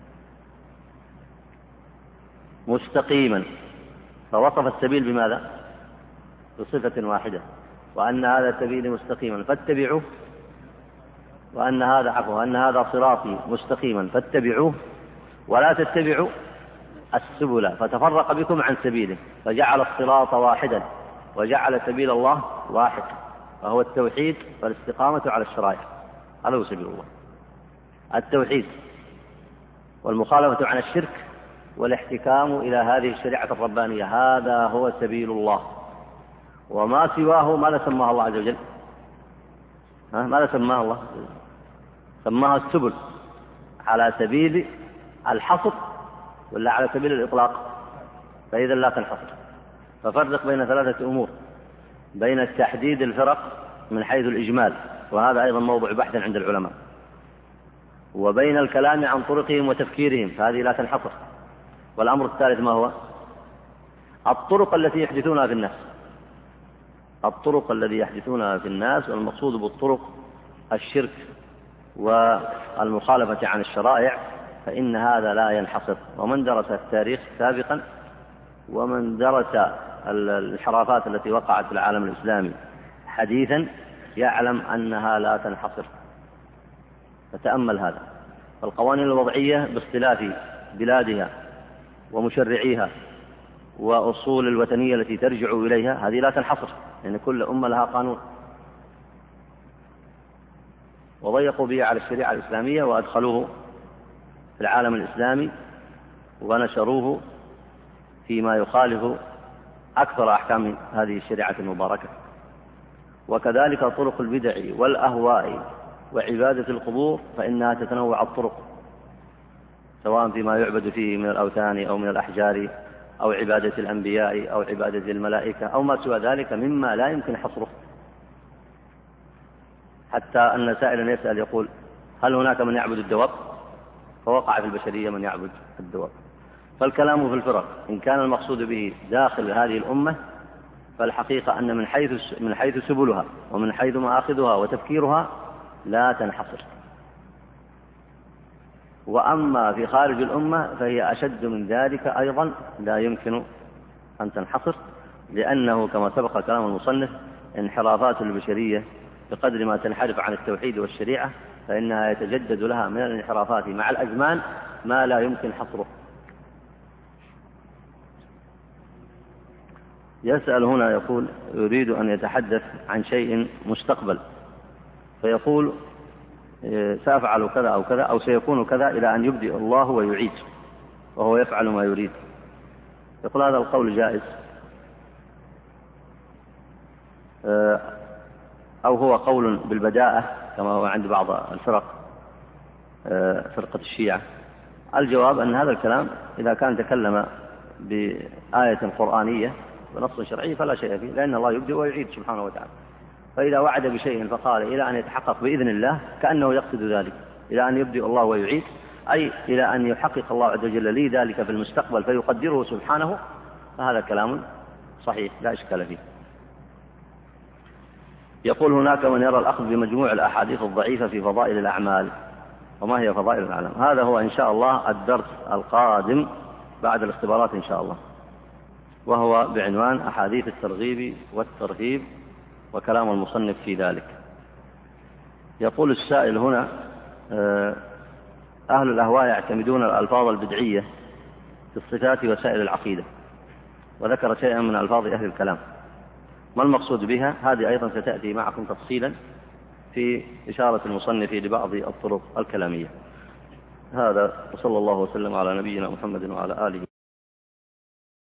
مستقيما، فوصف السبيل بماذا؟ بصفة واحدة: وأن هذا سبيلي مستقيما فاتبعوه، وأن هذا صراطي مستقيما فاتبعوه، ولا تتبعوا السبل فتفرق بكم عن سبيله. فجعل الصراط واحدا وجعل سبيل الله واحد، وهو التوحيد والاستقامة على الشرائع. هذا هو سبيل الله، التوحيد والمخالفة عن الشرك والاحتكام إلى هذه الشريعة الربانية، هذا هو سبيل الله. وما سواه ماذا سماه الله عز وجل؟ ماذا سماها الله؟ سماها السبل على سبيل الحصر ولا على سبيل الإطلاق؟ فإذا لا تنحصر. ففرق بين ثلاثة أمور: بين التحديد الفرق من حيث الإجمال، وهذا أيضا موضوع بحث عند العلماء، وبين الكلام عن طرقهم وتفكيرهم، فهذه لا تنحصر. والأمر الثالث ما هو؟ الطرق التي يحدثونها في الناس، الطرق التي يحدثونها في الناس، والمقصود بالطرق الشرك والمخالفة عن الشرائع، فإن هذا لا ينحصر. ومن درس التاريخ سابقا ومن درس الانحرافات التي وقعت في العالم الإسلامي حديثا يعلم أنها لا تنحصر. فتأمل هذا. القوانين الوضعية باختلاف بلادها ومشرعيها وأصول الوثنية التي ترجع إليها، هذه لا تنحصر، لأن كل أمة لها قانون. وضيقوا به على الشريعة الإسلامية وأدخلوه في العالم الإسلامي ونشروه فيما يخالف أكثر أحكام هذه الشريعة المباركة. وكذلك طرق البدع والأهواء وعبادة القبور، فإنها تتنوع الطرق، سواء فيما يعبد فيه من الأوثان أو من الأحجار أو عبادة الأنبياء أو عبادة الملائكة أو ما سوى ذلك مما لا يمكن حصره. حتى أن سائلا يسأل يقول: هل هناك من يعبد الدواب؟ فوقع في البشرية من يعبد الدواب. فالكلام في الفرق إن كان المقصود به داخل هذه الأمة، فالحقيقة أن من حيث سبلها ومن حيث مآخذها وتفكيرها لا تنحصر. وأما في خارج الأمة فهي أشد من ذلك أيضا، لا يمكن أن تنحصر، لأنه كما سبق كلام المصنف: انحرافات البشرية بقدر ما تنحرف عن التوحيد والشريعة فإنها يتجدد لها من الانحرافات مع الأزمان ما لا يمكن حصره. يسأل هنا يقول: يريد أن يتحدث عن شيء مستقبل، فيقول: سأفعل كذا أو كذا أو سيكون كذا إلى أن يبدئ الله ويعيد، وهو يفعل ما يريد. يقول: هذا القول جائز أو هو قول بالبداءة كما هو عند بعض الفرق، فرقة الشيعة؟ الجواب أن هذا الكلام إذا كان تكلم بآية قرآنية بنص شرعي فلا شيء فيه، لأن الله يبدئ ويعيد سبحانه وتعالى. فإذا وعد بشيء فقال إلى أن يتحقق بإذن الله، كأنه يقصد ذلك، إلى أن يبدئ الله ويعيد، أي إلى أن يحقق الله عز وجل لي ذلك في المستقبل فيقدره سبحانه، فهذا كلام صحيح لا إشكال فيه. يقول: هناك من يرى الأخذ بمجموع الأحاديث الضعيفة في فضائل الأعمال. وما هي فضائل الأعمال؟ هذا هو إن شاء الله الدرس القادم بعد الاختبارات إن شاء الله، وهو بعنوان أحاديث الترغيب والترهيب وكلام المصنف في ذلك. يقول السائل هنا: أهل الأهواء يعتمدون الألفاظ البدعية في الصفات وسائل العقيدة، وذكر شيئا من ألفاظ أهل الكلام، ما المقصود بها؟ هذه أيضا ستأتي معكم تفصيلا في إشارة المصنف لبعض الطرق الكلامية. هذا، وصلى الله وسلم على نبينا محمد وعلى آله